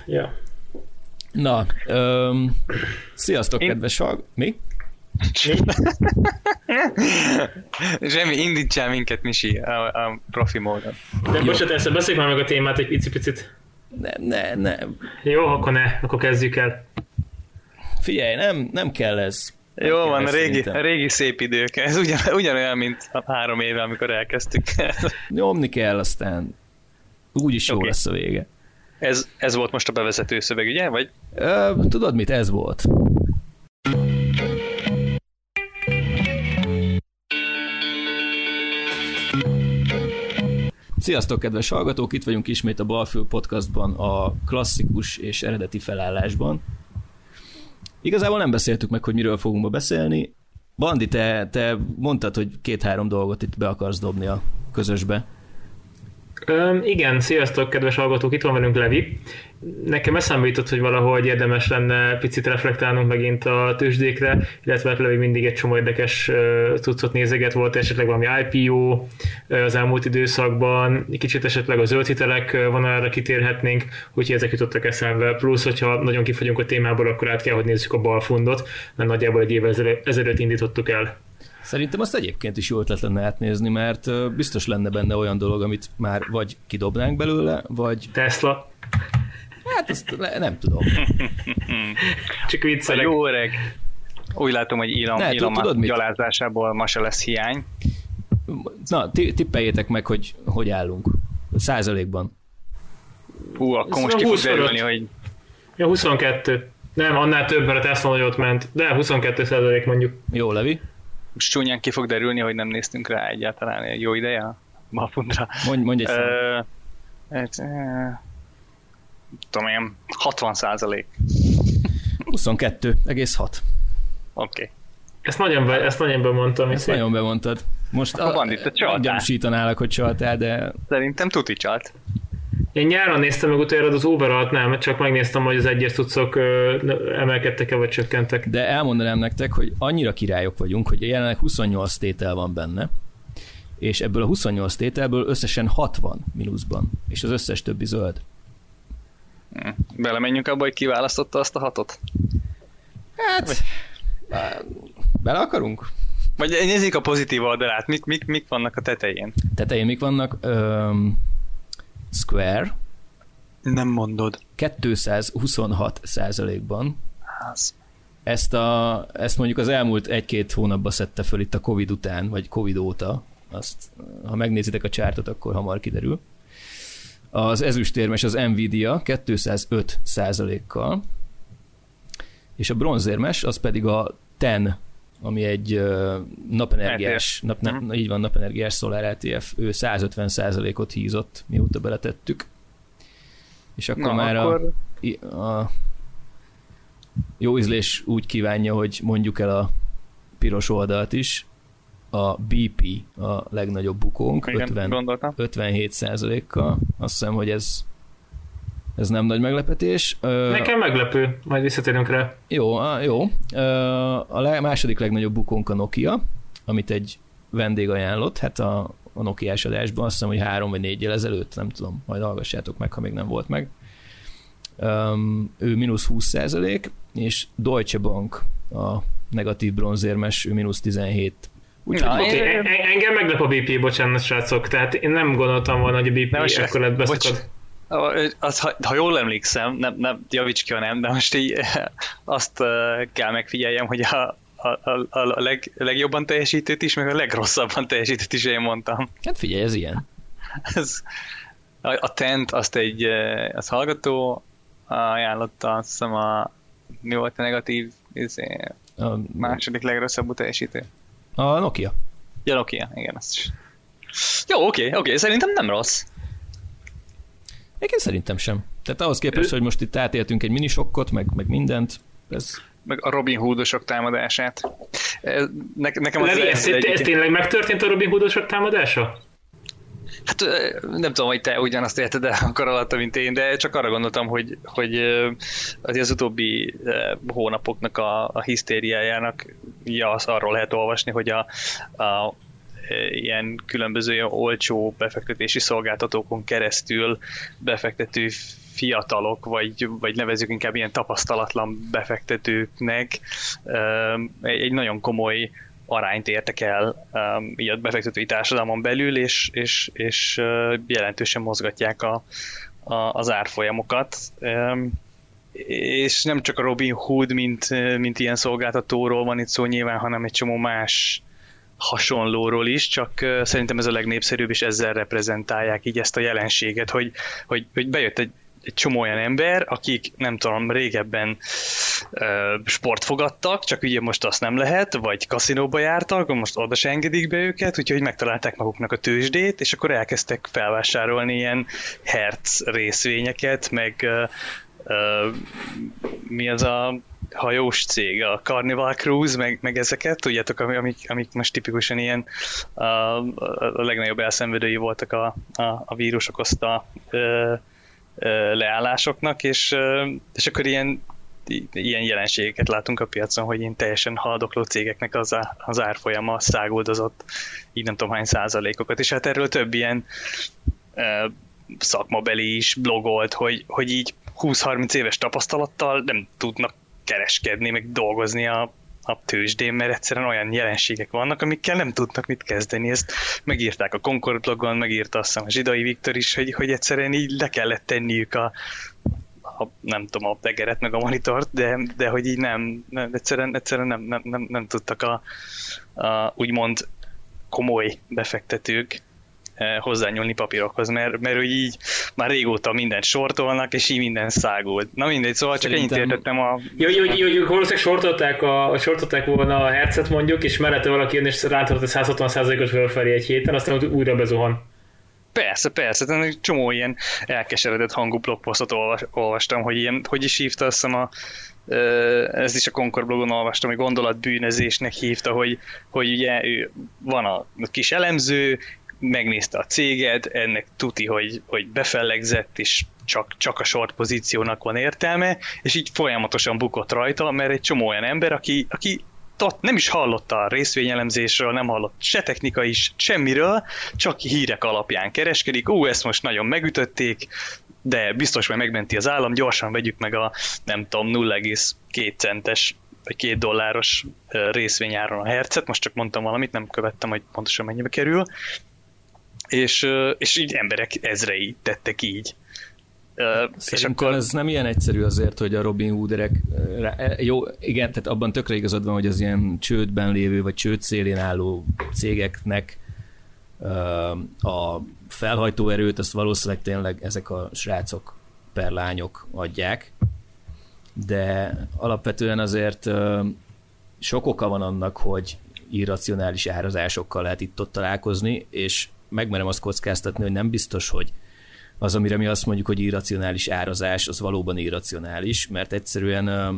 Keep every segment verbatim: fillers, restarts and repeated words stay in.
Ja. Na, um, sziasztok, Én... kedves hallg... Mi? Semmi, indítsál minket, Misi, a, a profi módon. De bocsánat, ezt beszéljük már meg a témát egy picit. Nem, ne, nem. Jó, akkor ne, akkor kezdjük el. Figyelj, nem, nem kell ez. Nem Jó kell van, ez a régi, szerintem. a régi szép idők. Ez ugyan, ugyanolyan, mint a három éve, amikor elkezdtük. Nyomni kell, aztán úgyis jó Oké. lesz a vége. Ez, ez volt most a bevezető szöveg, ugye? Vagy? Ö, tudod mit? Ez volt. Sziasztok, kedves hallgatók! Itt vagyunk ismét a Balfül Podcastban, a klasszikus és eredeti felállásban. Igazából nem beszéltük meg, hogy miről fogunk ma beszélni. Bandi, te, te mondtad, hogy két-három dolgot itt be akarsz dobni a közösbe. Üm, igen, sziasztok, kedves hallgatók, itt van velünk Levi. Nekem eszembe jutott, hogy valahogy érdemes lenne picit reflektálnunk megint a tőzsdékre, illetve Levi mindig egy csomó érdekes uh, cuccot nézeget, volt esetleg valami I P O uh, az elmúlt időszakban, kicsit esetleg a zöld hitelek uh, vonalára kitérhetnénk, úgyhogy ezek jutottak eszembe. Plusz, hogyha nagyon kifagyunk a témából, akkor át kell, hogy nézzük a balfundot, mert nagyjából egy évvel ezelőtt indítottuk el. Szerintem azt egyébként is jó ötlet lenne átnézni, mert biztos lenne benne olyan dolog, amit már vagy kidobnánk belőle, vagy... Tesla. Hát ezt le, nem tudom. Csak A viccelek. jó öreg. Úgy látom, hogy Elon, Ne, Elon tudod mit? gyalázásából ma se lesz hiány. Na, ti- tippeljétek meg, hogy hogy állunk. Százalékban. Hú, akkor Ez most ki a fog húsz fölött. derülni, hogy Ja, huszonkettő. Nem, annál több, mert a Tesla nagyot ment. De huszonkettő százalék mondjuk. Jó, Levi? most csúnyán ki fog derülni, hogy nem néztünk rá egyáltalán. Jó ideje a balfundra. Mondj, mondj egy számot. Ö, hát, ö, tudom én, hatvan százalék. huszonkettő egész hat. Oké. Okay. Ezt nagyon, be, ezt nagyon bemondtam. Ezt nagyon bemondtad. Most Akkor Bandi, te csaltál. gyanúsítanálak, hogy csaltál, de Szerintem tuti csalt. Én nyáron néztem meg utoljára az overall-t, nem, csak megnéztem, hogy az egyes cuccok ö, emelkedtek-e vagy csökkentek. de elmondanám nektek, hogy annyira királyok vagyunk, hogy jelenleg huszonnyolc tétel van benne, és ebből a huszonnyolc tételből összesen hatvan mínuszban, és az összes többi zöld. Hm. Belemenjünk abba, hogy kiválasztotta azt a hatot? Hát, bele akarunk? Vagy nézzük a pozitív oldalát. Mik, mik, mik vannak a tetején? Tetején mik vannak? Um, Square Nem mondod. kétszázhuszonhat százalékban. Az. Ezt, a, ezt mondjuk az elmúlt egy-két hónapban szedte föl itt a Covid után, vagy Covid óta. Azt, ha megnézitek a csártot, akkor hamar kiderül. Az ezüstérmes az Nvidia kétszázöt százalékkal, és a bronzérmes az pedig a ten, ami egy uh, napenergiás, nap, ne, uh-huh. így van, napenergiás Solar E T F, ő százötven százalékot hízott, mióta beletettük. És akkor Na, már akkor... A, a jó ízlés úgy kívánja, hogy mondjuk el a piros oldalt is. A bé pé a legnagyobb bukónk, Igen, ötven, ötvenhét százalékkal. Azt hiszem, hogy ez, ez nem nagy meglepetés. Nekem meglepő, majd visszatérünk rá. Jó, jó. A második legnagyobb bukónk a Nokia, amit egy vendég ajánlott, hát a, a Nokiás adásban azt hiszem, hogy három vagy négyel ezelőtt, nem tudom, majd hallgassátok meg, ha még nem volt meg. Um, ő mínusz húsz százalék, és Deutsche Bank a negatív bronzérmes, ő mínusz tizenhét. Oké, okay, engem meglep a bé pé, bocsánat srácok, tehát én nem gondoltam volna, hogy a bé pé akkor lett beszakad. Az, ha, ha jól emlékszem, nem, nem javíts ki, ha nem, de most így azt uh, kell megfigyeljem, hogy a, a, a, a leg, legjobban teljesítőt is, meg a legrosszabban teljesítőt is én mondtam. Hát figyelj, ez ilyen. ez, a, a tent, azt egy az hallgató ajánlotta, azt hiszem a mi volt a negatív, a második legrosszabb teljesítő. A Nokia. Ja, Nokia, igen, azt is. Jó, oké, okay, oké, okay, szerintem nem rossz. Én szerintem sem. Tehát ahhoz képest, hogy most itt átéltünk egy minisokkot, meg, meg mindent, ez... Meg a Robin Hoodosok támadását. Ne, nekem az Levi, ez, ez, ez tényleg megtörtént a Robin Hoodosok támadása? Hát nem tudom, hogy te ugyanazt érted el akkor alatt, mint én, de csak arra gondoltam, hogy, hogy az, az utóbbi hónapoknak a, a hisztériájának ja, az arról lehet olvasni, hogy a, a ilyen különböző olcsó befektetési szolgáltatókon keresztül befektető fiatalok, vagy, vagy nevezzük inkább ilyen tapasztalatlan befektetőknek egy, egy nagyon komoly arányt értek el um, így a befektetői társadalmon belül, és, és, és uh, jelentősen mozgatják a, a, az árfolyamokat. Um, és nem csak a Robinhood, mint, mint ilyen szolgáltatóról van itt szó nyilván, hanem egy csomó más hasonlóról is, csak uh, szerintem ez a legnépszerűbb, és ezzel reprezentálják így ezt a jelenséget, hogy, hogy, hogy bejött egy egy csomó olyan ember, akik nem tudom, régebben uh, sportfogadtak, csak ugye most azt nem lehet, vagy kaszinóba jártak, most oda se engedik be őket, úgyhogy megtalálták maguknak a tőzsdét, és akkor elkezdtek felvásárolni ilyen Hertz részvényeket, meg uh, uh, mi az a hajós cég, a Carnival Cruise, meg, meg ezeket, tudjátok, amik, amik most tipikusan ilyen uh, a legnagyobb elszenvedői voltak a, a, a vírus okozta uh, leállásoknak, és, és akkor ilyen, ilyen jelenségeket látunk a piacon, hogy ilyen teljesen haldokló cégeknek az, á, az árfolyama száguldozott így nem tudom hány százalékokat, és hát erről több ilyen uh, szakmabeli is blogolt, hogy, hogy így húsz-harminc éves tapasztalattal nem tudnak kereskedni, meg dolgozni a a tőzsdén, mert egyszerűen olyan jelenségek vannak, amikkel nem tudnak mit kezdeni. Ezt megírták a Concord blogon, megírta azt hiszem a Zsidai Viktor is, hogy, hogy egyszerűen így le kellett tenniük a, a nem tudom, a tegeret meg a monitort, de, de hogy így nem, nem egyszerűen, egyszerűen nem, nem, nem, nem tudtak a, a úgymond komoly befektetők hozzányúlni papírokhoz, mert, mert úgy így már régóta mindent sortolnak, és így minden szágult. Na mindegy, szóval csak ennyit értettem a... Jó, jó, jó, jó, valószínűleg sortolták, a, sortolták volna a Hertzet mondjuk, és mellette valaki jön, és rántott a száz hatvan százalékos fölfelé egy héten, aztán újra bezuhan. Persze, persze, egy csomó ilyen elkeseredett hangú blogposztot olvas, olvastam, hogy ilyen, hogy is hívta, azt hiszem a ezt is a Concord blogon olvastam, hogy gondolatbűnözésnek hívta, hogy, hogy ugye ő van a kis elemző, megnézte a céget, ennek tuti, hogy, hogy befellegzett, és csak, csak a short pozíciónak van értelme, és így folyamatosan bukott rajta, mert egy csomó olyan ember, aki, aki nem is hallott a részvényelemzésről, nem hallott se technika is, semmiről, csak hírek alapján kereskedik, ó, ezt most nagyon megütötték, de biztos majd megmenti az állam, gyorsan vegyük meg a, nem tudom, nulla egész két centes vagy két dolláros részvényáron a Hertzet, most csak mondtam valamit, nem követtem, hogy pontosan mennyibe kerül, és, és így emberek ezrei tettek így. Szerintem és akkor... ez nem ilyen egyszerű azért, hogy a Robinhooderek, jó, igen, tehát abban tökre igazad van, hogy az ilyen csődben lévő, vagy csőd szélén álló cégeknek a felhajtóerőt, azt valószínűleg tényleg ezek a srácok per lányok adják, de alapvetően azért sok oka van annak, hogy irracionális árazásokkal lehet itt-ott találkozni, és megmerem azt kockáztatni, hogy nem biztos, hogy az, amire mi azt mondjuk, hogy irracionális árazás, az valóban irracionális, mert egyszerűen ö,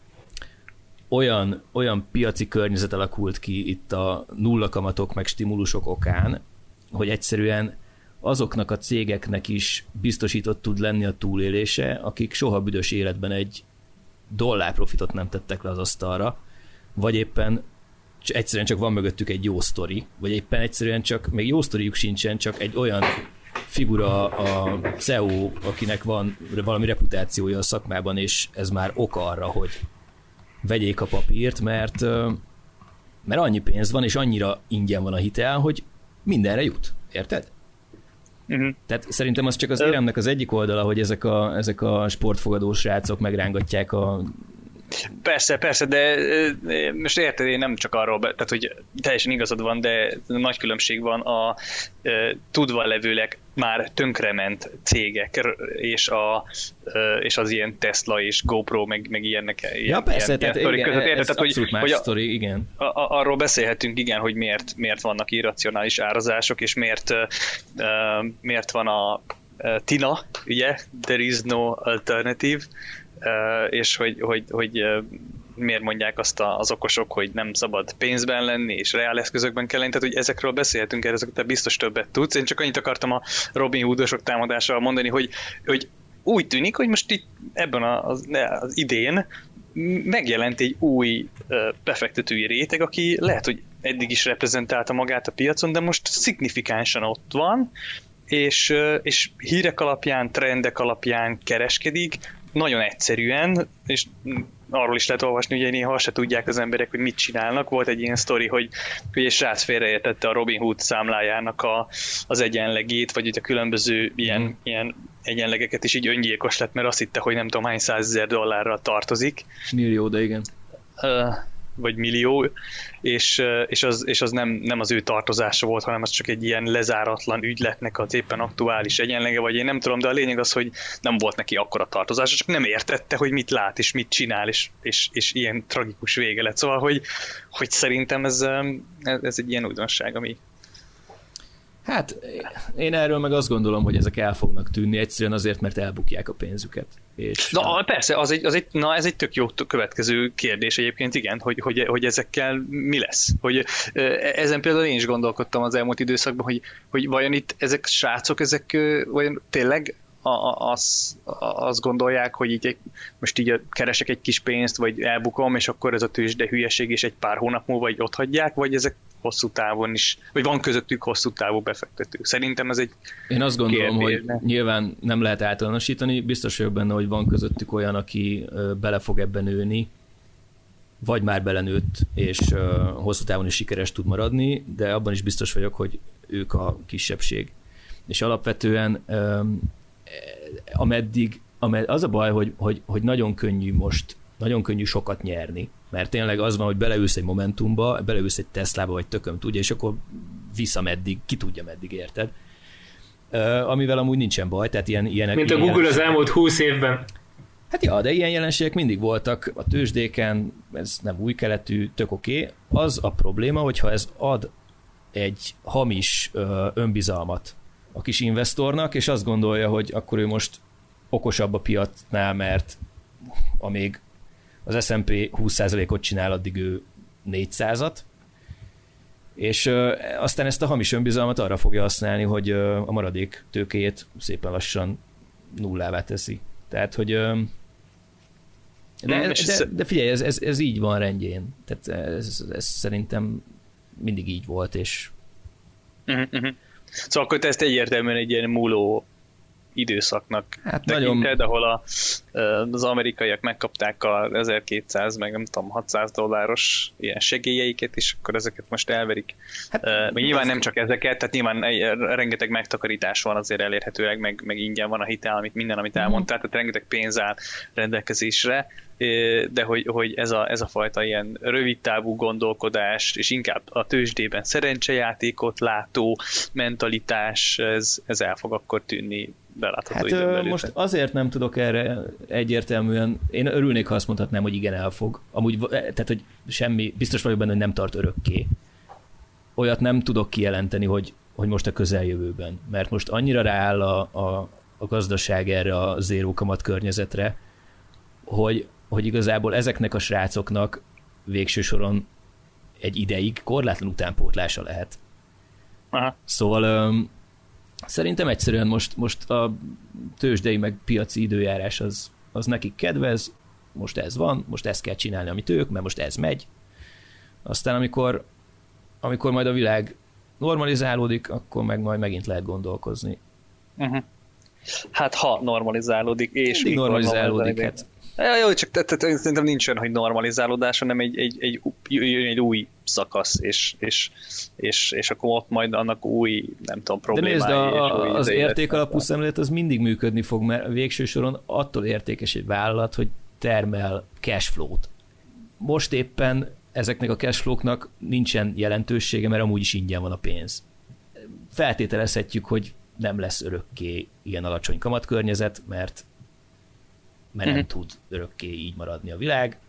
olyan, olyan piaci környezet alakult ki itt a nullakamatok meg stimulusok okán, hogy egyszerűen azoknak a cégeknek is biztosított tud lenni a túlélése, akik soha büdös életben egy dollár profitot nem tettek le az asztalra, vagy éppen egyszerűen csak van mögöttük egy jó sztori, vagy éppen egyszerűen csak, még jó sztoriuk sincsen, csak egy olyan figura a cé e o, akinek van valami reputációja a szakmában, és ez már ok arra, hogy vegyék a papírt, mert, mert annyi pénz van, és annyira ingyen van a hitel, hogy mindenre jut. Érted? Uh-huh. Tehát szerintem az csak az éremnek az egyik oldala, hogy ezek a, ezek a sportfogadó srácok megrángatják a... Persze, persze, de most érted, én nem csak arról, tehát hogy teljesen igazad van, de nagy különbség van a e, tudva levőleg már tönkrement cégek, és, a, e, és az ilyen Tesla és GoPro, meg, meg ilyenek. Ja, ilyen, persze, ilyen, tehát ilyen igen, között, érted, ez tehát, abszolút hogy, más hogy a, sztori, igen. A, a, arról beszélhetünk, igen, hogy miért, miért vannak irracionális árazások, és miért, uh, miért van a uh, Tina, ugye, there is no alternative, Uh, és hogy, hogy, hogy uh, miért mondják azt a, az okosok, hogy nem szabad pénzben lenni, és reál eszközökben kell lenni, tehát hogy ezekről beszélhetünk, ezeket te biztos többet tudsz. Én csak annyit akartam a Robinhoodosok támadásával mondani, hogy, hogy úgy tűnik, hogy most itt ebben az, az idén megjelent egy új uh, befektetői réteg, aki lehet, hogy eddig is reprezentálta magát a piacon, de most szignifikánsan ott van, és, és hírek alapján, trendek alapján kereskedik, nagyon egyszerűen, és arról is lehet olvasni, hogy néha se tudják az emberek, hogy mit csinálnak. Volt egy ilyen sztori, hogy, hogy egy srác félreértette a Robinhood számlájának a, az egyenlegét, vagy a különböző ilyen, mm. ilyen egyenlegeket, és így öngyilkos lett, mert azt hitte, hogy nem tudom hány százezer dollárra tartozik. Millió, de igen. Uh, vagy millió, és, és, az, és az nem, nem az ő tartozása volt, hanem az csak egy ilyen lezáratlan ügyletnek az éppen aktuális egyenlege, vagy én nem tudom, de a lényeg az, hogy nem volt neki akkora tartozása, csak nem értette, hogy mit lát, és mit csinál, és, és, és ilyen tragikus vége lett. Szóval, hogy, hogy szerintem ez, ez egy ilyen újdonság, ami... Hát én erről meg azt gondolom, hogy ezek el fognak tűnni egyszerűen azért, mert elbukják a pénzzen. És na persze, az egy, az egy, na ez egy tök jó következő kérdés egyébként, igen, hogy, hogy, hogy ezekkel mi lesz. Hogy ezen például én is gondolkodtam az elmúlt időszakban, hogy, hogy vajon itt ezek srácok, ezek vajon tényleg azt az gondolják, hogy így egy, most így keresek egy kis pénzt, vagy elbukom, és akkor ez a tőzsde hülyeség, és egy pár hónap múlva így otthagyják, vagy ezek hosszú távon is, vagy van közöttük hosszú távú befektetők. Szerintem ez egy Én azt gondolom, kérdés, hogy ne? nyilván nem lehet általánosítani, biztos vagyok benne, hogy van közöttük olyan, aki bele fog ebben nőni, vagy már belenőtt, és hosszú távon is sikeres tud maradni, de abban is biztos vagyok, hogy ők a kisebbség. És alapvetően ameddig, amed, az a baj, hogy, hogy, hogy nagyon könnyű most, nagyon könnyű sokat nyerni, mert tényleg az van, hogy beleülsz egy Momentumba, beleülsz egy Teslába, vagy tököm tudja, és akkor vissza meddig, ki tudja meddig, érted? Uh, amivel amúgy nincsen baj, tehát ilyen, ilyenek... Mint a ilyen Google az elmúlt húsz évben. Hát ja, de ilyen jelenségek mindig voltak a tőzsdéken, ez nem új keletű, tök oké. Okay. Az a probléma, hogyha ez ad egy hamis uh, önbizalmat a kis investornak, és azt gondolja, hogy akkor ő most okosabb a piacnál, mert amíg az es and pé húsz százalékot csinál, addig ő négyszázat, és ö, aztán ezt a hamis önbizalmat arra fogja használni, hogy ö, a maradék tőkéjét szépen lassan nullává teszi. Tehát, hogy ö, de, de, de, de figyelj, ez, ez, ez így van rendjén. Tehát ez, ez szerintem mindig így volt, és uh-huh, uh-huh. Szóval akkor te ezt egyértelműen egy ilyen múló időszaknak hát tekinted, nagyon... ahol a, az amerikaiak megkapták a ezerkétszáz, meg nem tudom, hatszáz dolláros ilyen segélyeiket, és akkor ezeket most elverik. Hát, uh, nyilván nem csak ezeket, tehát nyilván rengeteg megtakarítás van azért elérhetőleg, meg, meg ingyen van a hitel, amit minden, amit elmondtál, tehát rengeteg pénz áll rendelkezésre, de hogy, hogy ez, a, ez a fajta ilyen rövidtávú gondolkodás, és inkább a tőzsdében szerencsejátékot látó mentalitás, ez, ez el fog akkor tűnni belátható hát időn belül. Most azért nem tudok erre egyértelműen, én örülnék, ha azt mondhatnám, hogy igen, el fog. Amúgy, tehát, hogy semmi, biztos vagyok benne, hogy nem tart örökké. Olyat nem tudok kijelenteni, hogy, hogy most a közeljövőben, mert most annyira rááll a, a, a gazdaság erre a zéró kamat környezetre, hogy, hogy igazából ezeknek a srácoknak végső soron egy ideig korlátlan utánpótlása lehet. Aha. Szóval um, szerintem egyszerűen most, most a tőzsdei meg piaci időjárás az, az nekik kedvez, most ez van, most ezt kell csinálni, amit ők, mert most ez megy. Aztán amikor, amikor majd a világ normalizálódik, akkor meg majd megint lehet gondolkozni. Uh-huh. Hát ha normalizálódik, és mindig normalizálódik, hát. Ja, jó, csak te, te, te, szerintem nincs olyan, hogy normalizálódás, hanem egy, egy, egy, egy új szakasz, és, és, és, és akkor ott majd annak új, nem tudom, problémái. De nézd, a, az értékalapú szemlélet az mindig működni fog, mert végső soron attól értékes egy vállalat, hogy termel cashflow-t. Most éppen ezeknek a cashflow-knak nincsen jelentősége, mert amúgy is ingyen van a pénz. Feltételezhetjük, hogy nem lesz örökké ilyen alacsony kamatkörnyezet, mert mert nem uh-huh. tud örökké így maradni a világ.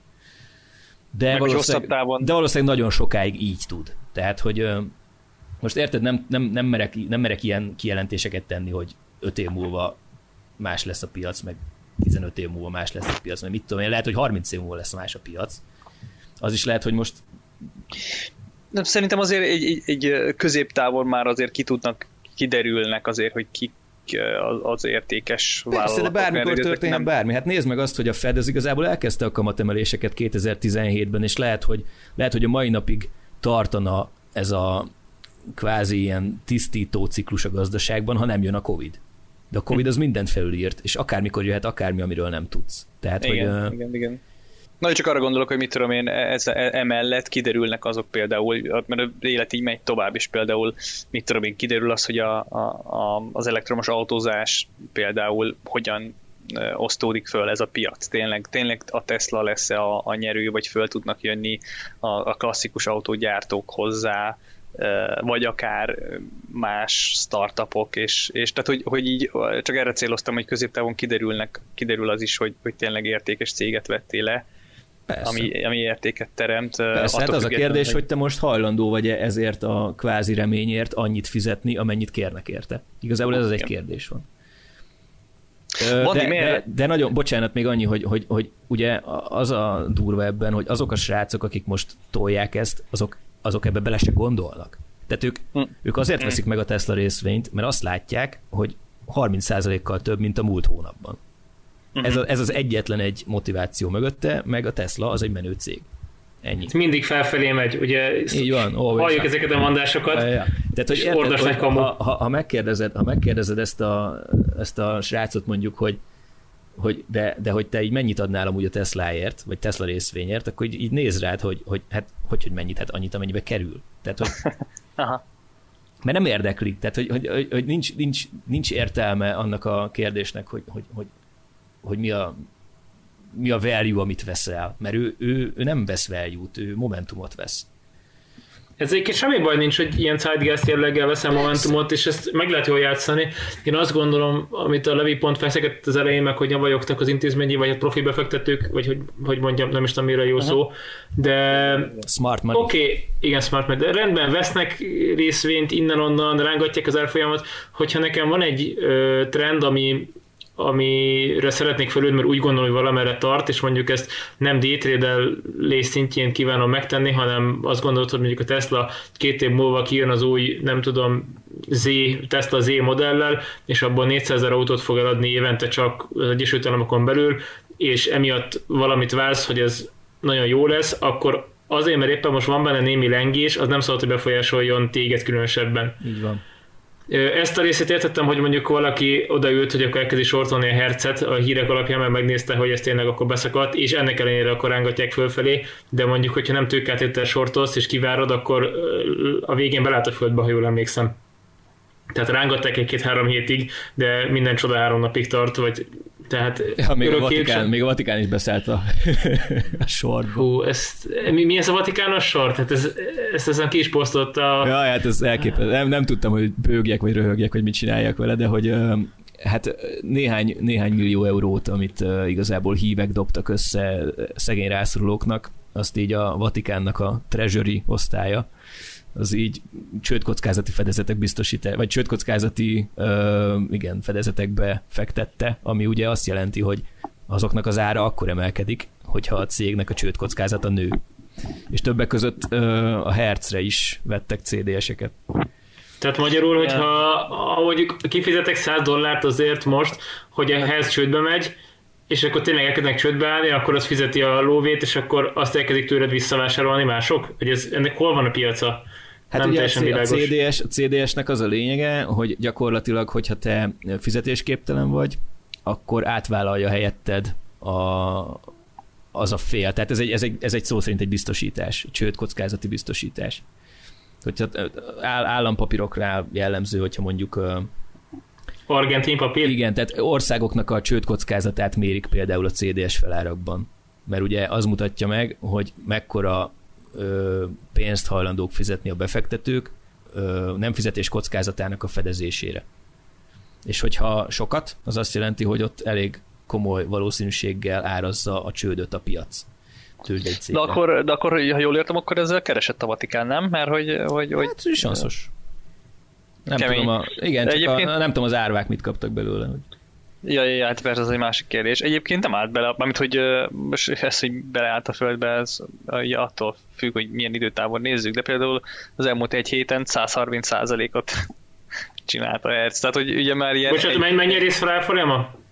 De valószínűleg, távon... de valószínűleg nagyon sokáig így tud. Tehát, hogy most érted, nem, nem, nem, merek, nem merek ilyen kijelentéseket tenni, hogy öt év múlva más lesz a piac, meg tizenöt év múlva más lesz a piac, meg mit tudom én, lehet, hogy harminc év múlva lesz más a piac. Az is lehet, hogy most... Nem, szerintem azért egy, egy, egy középtávon már azért ki tudnak, kiderülnek azért, hogy ki az értékes vállalatok. Persze, de bármikor történjen nem... bármi. Hát nézd meg azt, hogy a Fed az igazából elkezdte a kamatemeléseket kétezer-tizenhétben, és lehet, hogy, lehet, hogy a mai napig tartana ez a kvázi ilyen tisztító ciklus a gazdaságban, ha nem jön a Covid. De a Covid az mindent felülírt, és akármikor jöhet akármi, amiről nem tudsz. Tehát, igen, hogy, igen, igen. Na, csak arra gondolok, hogy mit tudom én, ez, emellett kiderülnek azok például, mert az élet így megy tovább, és például, mit tudom én, kiderül az, hogy a, a, a, az elektromos autózás például hogyan osztódik föl ez a piac. Tényleg, tényleg a Tesla lesz a, a nyerő, vagy föl tudnak jönni a, a klasszikus autógyártók hozzá, vagy akár más startupok, és, és tehát, hogy, hogy így csak erre céloztam, hogy középtávon kiderülnek, kiderül az is, hogy, hogy tényleg értékes céget vettél le, ami, ami értéket teremt. Persze, hát az a kérdés, hogy... hogy te most hajlandó vagy-e ezért a kvázi reményért annyit fizetni, amennyit kérnek érte. Igazából ez az egy kérdés van. De, de, de nagyon, bocsánat, még annyi, hogy, hogy, hogy ugye az a durva ebben, hogy azok a srácok, akik most tolják ezt, azok, azok ebbe bele se gondolnak. Tehát ők, hm. ők azért veszik meg a Tesla részvényt, mert azt látják, hogy harminc százalékkal több, mint a múlt hónapban. Uh-huh. Ez, a, ez az egyetlen egy motiváció mögötte, meg a Tesla az egy menő cég. Ennyi. Mindig felfelé megy, ugye így van, halljuk ezeket a mondásokat, ja, ja. Tehát, hogy érted, hogy ha, ha, ha, megkérdezed, ha megkérdezed ezt a, ezt a srácot mondjuk, hogy, hogy de, de hogy te így mennyit adnál amúgy a Teslaért, vagy Tesla részvényért, akkor így, így néz rád, hogy, hogy hát hogy, hogy mennyit, hát annyit, amennyibe kerül. Tehát, hogy, Aha. Mert nem érdekli, tehát hogy, hogy, hogy, hogy nincs, nincs, nincs értelme annak a kérdésnek, hogy, hogy, hogy, hogy mi a mi a value, amit veszel, mert ő, ő, ő nem vesz value-t, ő momentumot vesz. Ez egyébként semmi baj nincs, hogy ilyen zeitgeist jelleggel veszem momentumot, és ezt meg lehet jól játszani. Én azt gondolom, amit a Levi pont feszegett az elején, meg hogy nyavajogtak az intézményi, vagy a profi befektetők, vagy hogy, hogy mondjam, nem is tudom, mire jó uh-huh. szó, de... Smart money. Oké, okay, igen, smart money, de rendben vesznek részvényt innen-onnan, rángatják az árfolyamat, hogyha nekem van egy ö, trend, ami amire szeretnék felülni, mert úgy gondolom, hogy valamerre tart, és mondjuk ezt nem daytrade-elés szintjén kívánom megtenni, hanem azt gondolod, hogy mondjuk a Tesla két év múlva kijön az új, nem tudom, Z, Tesla Z modellel, és abban négyszázezer autót fog eladni évente csak az Egyesült Államokon belül, és emiatt valamit vársz, hogy ez nagyon jó lesz, akkor azért, mert éppen most van benne némi lengés, az nem szabad, hogy befolyásoljon téged különösebben. Így van. Ezt a részét értettem, hogy mondjuk valaki odaült, hogy akkor elkezdi sortolni a hercet a hírek alapján, mert megnézte, hogy ez tényleg akkor beszakadt, és ennek ellenére akkor rángatják fölfelé, de mondjuk, hogyha nem tőkeáttétel sortolsz és kivárod, akkor a végén belát a földbe, ha jól emlékszem. Tehát rángatták egy-két-három hétig, de minden csoda három napig tart, vagy tehát ja, még, a Vatikán, még a Vatikán is beszállt a, a sorba. Hú, ezt, mi, mi ez a Vatikános sor? Tehát ez, ezt aztán ki is posztolt a... Ja, hát ez elképesztő. Nem, nem tudtam, hogy bőgjek, vagy röhögjek, vagy mit csináljak vele, de hogy hát néhány, néhány millió eurót, amit igazából hívek dobtak össze szegény rászorulóknak, azt így a Vatikánnak a treasury osztálya, az így csődkockázati fedezetek biztosítás, vagy csődkockázati uh, igen, fedezetekbe fektette, ami ugye azt jelenti, hogy azoknak az ára akkor emelkedik, hogyha a cégnek a csődkockázata nő. És többek között uh, a Hertzre is vettek cé dé eseket. Tehát magyarul, hogyha ahogy kifizetek száz dollárt azért most, hogy a Hertz csődbe megy, és akkor tényleg elkezdenek csődbe állni, akkor az fizeti a lóvét, és akkor azt elkezdik tőled visszavásárolni mások? Hogy ez, ennek hol van a piaca? Hát nem ugye a, cé dé es, a cé dé esnek az a lényege, hogy gyakorlatilag, hogyha te fizetésképtelen vagy, akkor átvállalja helyetted a, az a fél. Tehát ez egy, ez, egy, ez egy szó szerint egy biztosítás, csődkockázati biztosítás. Hogyha állampapírokra jellemző, hogyha mondjuk... Argentin papír? Igen, tehát országoknak a csődkockázatát mérik például a cé dé es felárakban. Mert ugye az mutatja meg, hogy mekkora ö, pénzt hajlandók fizetni a befektetők ö, nem fizetés kockázatának a fedezésére. És hogyha sokat, az azt jelenti, hogy ott elég komoly valószínűséggel árazza a csődöt a piac. De akkor, de akkor, ha jól értem, akkor ezzel keresett a Vatikán, nem? Mert hogy... hogy, hogy hát sanszos. Nem tudom, a, igen, csak egyébként... a, nem tudom az árvák mit kaptak belőle. Hogy... Ja, ja, hát persze az egy másik kérdés. Egyébként nem állt bele, mármint, hogy ez, hogy beleállt a földbe, ez ja, attól függ, hogy milyen időtávon nézzük, de például az elmúlt egy héten száz harminc százalékot csinált a Hertz. Tehát, hogy ugye már ilyen... Bocsánat, egy... mennyi részre folyama?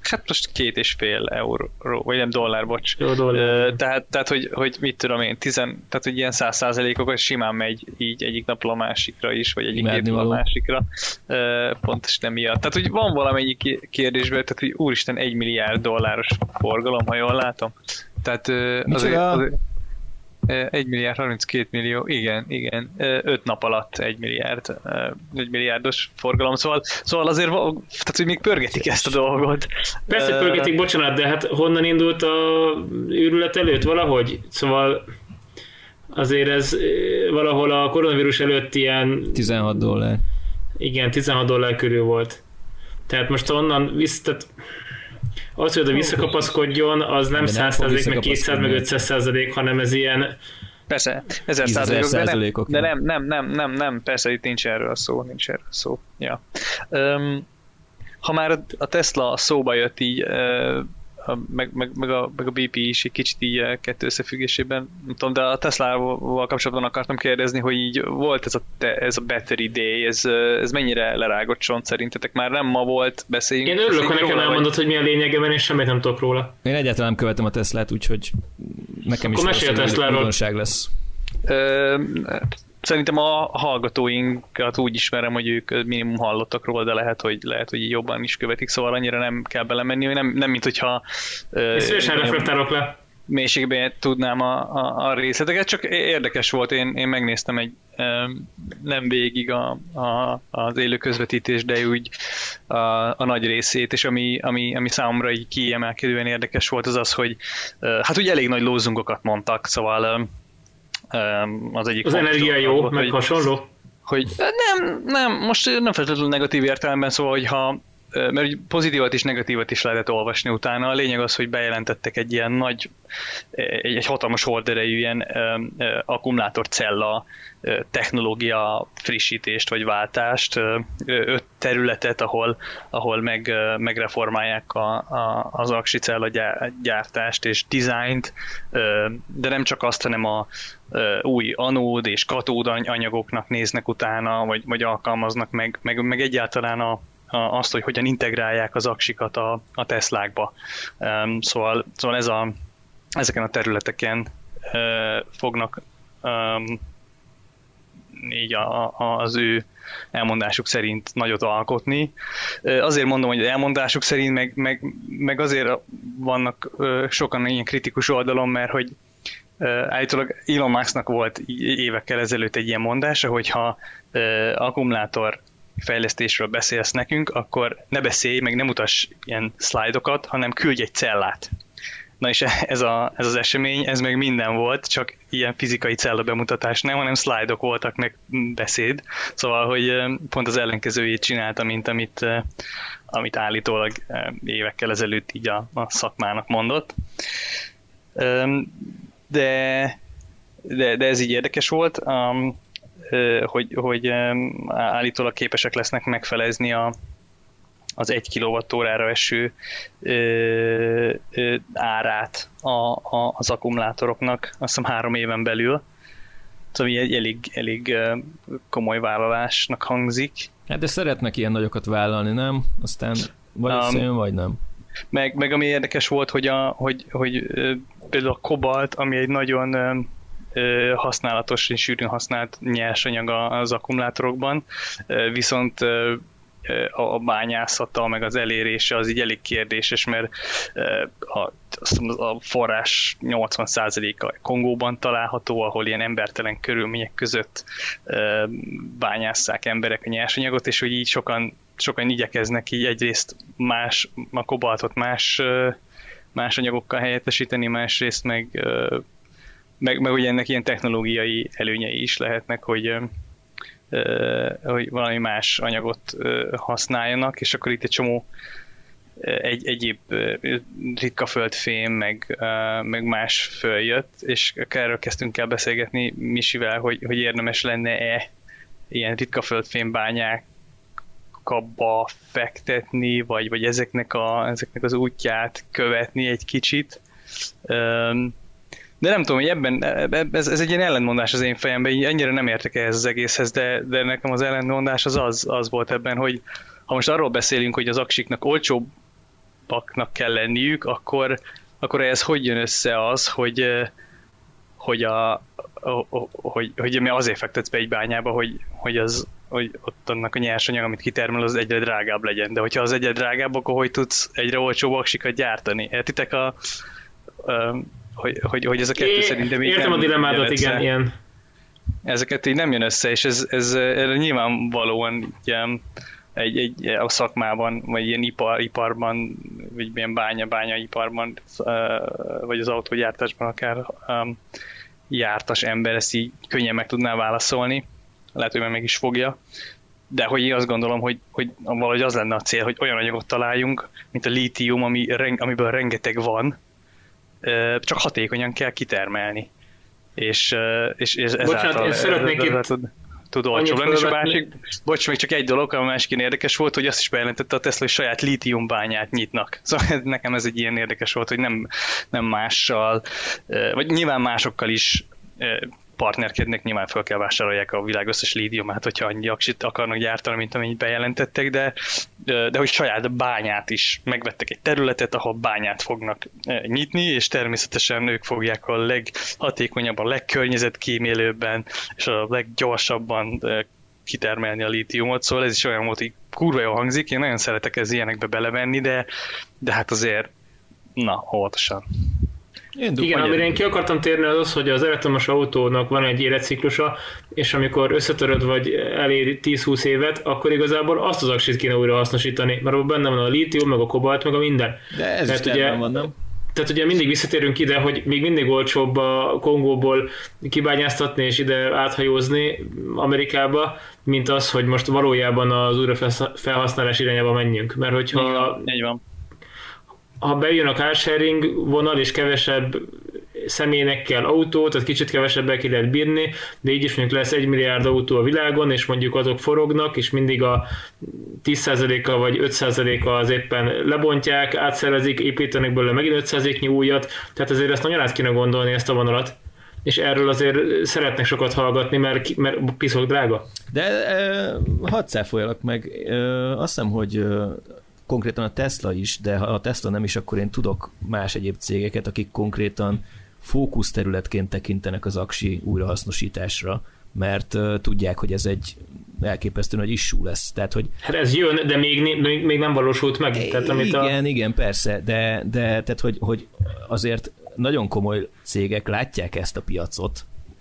hát most két és fél euró, vagy nem dollár, bocs. Jó, dollár. Tehát, tehát hogy, hogy mit tudom én, tizen, tehát hogy ilyen száz százalékokat simán megy így egyik napról a másikra is, vagy egyik hétről a másikra. Pontosan miatt. Tehát, hogy van valamelyik kérdésben, tehát, hogy úristen, egy milliárd dolláros forgalom, ha jól látom. Tehát azért, azért egy milliárd harminckét millió, igen, igen, öt nap alatt egy milliárd, egy milliárdos forgalom, szóval, szóval azért, tehát, hogy még pörgetik ezt a dolgot. Persze uh, pörgetik, bocsánat, de hát honnan indult a őrület előtt valahogy? Szóval azért ez valahol a koronavírus előtt ilyen... tizenhat dollár. Igen, tizenhat dollár körül volt. Tehát most onnan vissza... Tehát az, hogy oda visszakapaszkodjon, az nem száz százalék, meg kétszáz, meg ötszáz százalék, hanem ez ilyen... Persze, ezer százalékok, de, nem, de nem, nem, nem, nem, nem, persze itt nincs erről szó, nincs erről szó. Ja. Um, ha már a Tesla szóba jött így, uh, meg, meg, meg, a, meg a bé pé is egy kicsit így kettő összefüggésében, nem tudom, de a Teslával kapcsolatban akartam kérdezni, hogy így volt ez a, ez a Battery Day, ez, ez mennyire lerágott csont szerintetek? Már nem ma volt, beszéljünk. Én örülök, hogy nekem elmondod, hogy mi a lényege, mert én semmit nem tudok róla. Én egyáltalán nem követem a Teslát, úgyhogy nekem Akkor is újdonság lesz. Ö, Szerintem a hallgatóinkat úgy ismerem, hogy ők minimum hallottak róla, de lehet, hogy, lehet, hogy jobban is követik, szóval annyira nem kell belemenni, nem, nem mint hogyha... És szívesen reflektálok le. Mélységben tudnám a, a, a részleteket, csak érdekes volt, én, én megnéztem egy nem végig a, a, az élő közvetítés, de úgy a, a nagy részét, és ami, ami, ami számomra így kiemelkedően érdekes volt, az az, hogy hát ugye elég nagy lózungokat mondtak, szóval az egyik... Az energia jó, volt, meg hogy, hasonló? Hogy nem, nem, most nem feltétlenül negatív értelemben, szóval, hogyha mert pozitívat és negatívat is lehetett olvasni utána. A lényeg az, hogy bejelentettek egy ilyen nagy, egy, egy hatalmas horderejű ilyen akkumulátorcella technológia frissítést vagy váltást, öt területet, ahol, ahol meg, megreformálják a, a, az aksicella gyártást és dizájnt, de nem csak azt, hanem a új anód és katód anyagoknak néznek utána, vagy, vagy alkalmaznak meg, meg, meg egyáltalán a azt, hogy hogyan integrálják az aksikat a, a Teslákba. Um, szóval, szóval ez a, ezeken a területeken uh, fognak um, így a, a, az ő elmondásuk szerint nagyot alkotni. Uh, azért mondom, hogy elmondásuk szerint, meg, meg, meg azért vannak uh, sokan ilyen kritikus oldalon, mert hogy uh, állítólag Elon Musknak volt évekkel ezelőtt egy ilyen mondása, hogyha uh, akkumulátor fejlesztésről beszélsz nekünk, akkor ne beszélj, meg nem mutass ilyen szlájdokat, hanem küldj egy cellát. Na és ez, a, ez az esemény, ez meg minden volt, csak ilyen fizikai cella bemutatás nem, hanem szlájdok voltak, meg beszéd. Szóval, hogy pont az ellenkezőjét csinálta, mint amit, amit állítólag évekkel ezelőtt így a, a szakmának mondott. De, de, de ez így érdekes volt. Hogy, hogy állítólag képesek lesznek megfelezni a, az egy kilowattórára eső ö, ö, árát a, a, az akkumulátoroknak, azt hiszem három éven belül. Szóval egy elég, elég komoly vállalásnak hangzik. Hát de szeretnek ilyen nagyokat vállalni, nem? Aztán vagy um, összejön, vagy nem. Meg, meg ami érdekes volt, hogy, a, hogy, hogy például a kobalt, ami egy nagyon használatos és sűrűn használt nyersanyag az akkumulátorokban, viszont a bányászata, meg az elérése az így elég kérdéses, mert a, a forrás nyolcvan százaléka Kongóban található, ahol ilyen embertelen körülmények között bányásszák emberek a nyersanyagot, és hogy így sokan, sokan igyekeznek így egyrészt más, a kobaltot más, más anyagokkal helyettesíteni, másrészt meg Meg, meg ugye ennek ilyen technológiai előnyei is lehetnek, hogy, uh, hogy valami más anyagot uh, használjanak, és akkor itt egy csomó uh, egy, egyéb uh, ritka földfém, meg, uh, meg más följött, és erről kezdtünk el beszélgetni Misivel, hogy, hogy érdemes lenne-e ilyen ritka földfém bányákba fektetni, vagy, vagy ezeknek, a, ezeknek az útját követni egy kicsit. Um, De nem tudom, hogy ebben, ez, ez egy ilyen ellentmondás az én fejemben, annyira nem értek ehhez az egészhez, de, de nekem az ellentmondás az, az az volt ebben, hogy ha most arról beszélünk, hogy az aksiknak olcsóbb olcsóbbaknak kell lenniük, akkor, akkor ez hogy jön össze az, hogy, hogy, a, a, a, hogy, hogy azért fektetsz be egy bányába, hogy, hogy, az, hogy ott annak a nyersanyag, amit kitermel, az egyre drágább legyen. De hogyha az egyre drágább, akkor hogy tudsz egyre olcsóbb aksikat gyártani? Értitek a... a hogy, hogy, hogy ez a kettő é, szerintem így értem a dilemmádat, igen, ilyen. Ezeket így nem jön össze, és ez, ez, ez nyilvánvalóan ilyen, egy, egy, a szakmában, vagy ilyen ipar, iparban, vagy ilyen bánya, bányaiparban, vagy az autógyártásban akár um, jártas ember ezt így könnyen meg tudná válaszolni. Lehet, hogy meg is fogja. De hogy én azt gondolom, hogy, hogy valahogy az lenne a cél, hogy olyan anyagot találjunk, mint a lítium, ami, amiből rengeteg van, csak hatékonyan kell kitermelni. És, és, és ezáltal Bocsánat, én szeretnék itt tud, tud olcsóbb lenni. És a másik, bocs, még csak egy dolog, ami másik érdekes volt, hogy azt is bejelentette a Tesla, hogy saját lítiumbányát nyitnak. Szóval nekem ez egy ilyen érdekes volt, hogy nem, nem mással, vagy nyilván másokkal is partnerkednek, nyilván fel kell vásárolják a világ összes lítiumát, hogyha annyi aksit akarnak gyártani, mint amennyit bejelentettek, de, de hogy saját bányát is megvettek egy területet, ahol bányát fognak nyitni, és természetesen ők fogják a leghatékonyabban, a legkörnyezetkímélőbben és a leggyorsabban kitermelni a lítiumot, szóval ez is olyan volt, hogy kurva jól hangzik, én nagyon szeretek ez ilyenekbe belevenni, de, de hát azért na, óvatosan. Igen, amire én ki akartam térni az az, hogy az elektromos autónak van egy életciklusa, és amikor összetöröd vagy elér tíz-húsz évet, akkor igazából azt az aksit kéne újra hasznosítani, mert abban benne van a lítium, meg a kobalt, meg a minden. De ez tehát is ugye, van, nem? Tehát ugye mindig visszatérünk ide, hogy még mindig olcsóbb a Kongóból kibányáztatni és ide áthajózni Amerikába, mint az, hogy most valójában az újrafelhasználás irányába menjünk. Mert hogyha... Így van. Ha bejön a carsharing vonal, és kevesebb személynek kell autó, tehát kicsit kevesebbel ki lehet bírni, de így is mondjuk lesz egy milliárd autó a világon, és mondjuk azok forognak, és mindig a tíz százaléka vagy öt százaléka az éppen lebontják, átszervezik, építenek belőle megint öt százaléknyi újat, tehát azért ezt nagyon át kéne gondolni, ezt a vonalat. És erről azért szeretnek sokat hallgatni, mert, mert piszok drága. De e, hadd cáfoljalak meg, e, azt hiszem, hogy konkrétan a Tesla is, de ha a Tesla nem is, akkor én tudok más egyéb cégeket, akik konkrétan fókuszterületként tekintenek az aksi újrahasznosításra, mert uh, tudják, hogy ez egy elképesztő nagy issue lesz. Tehát, hogy hát ez jön, de még, még, még nem valósult meg. Tehát, amit igen, a... igen, persze, de, de tehát, hogy, hogy azért nagyon komoly cégek látják ezt a piacot,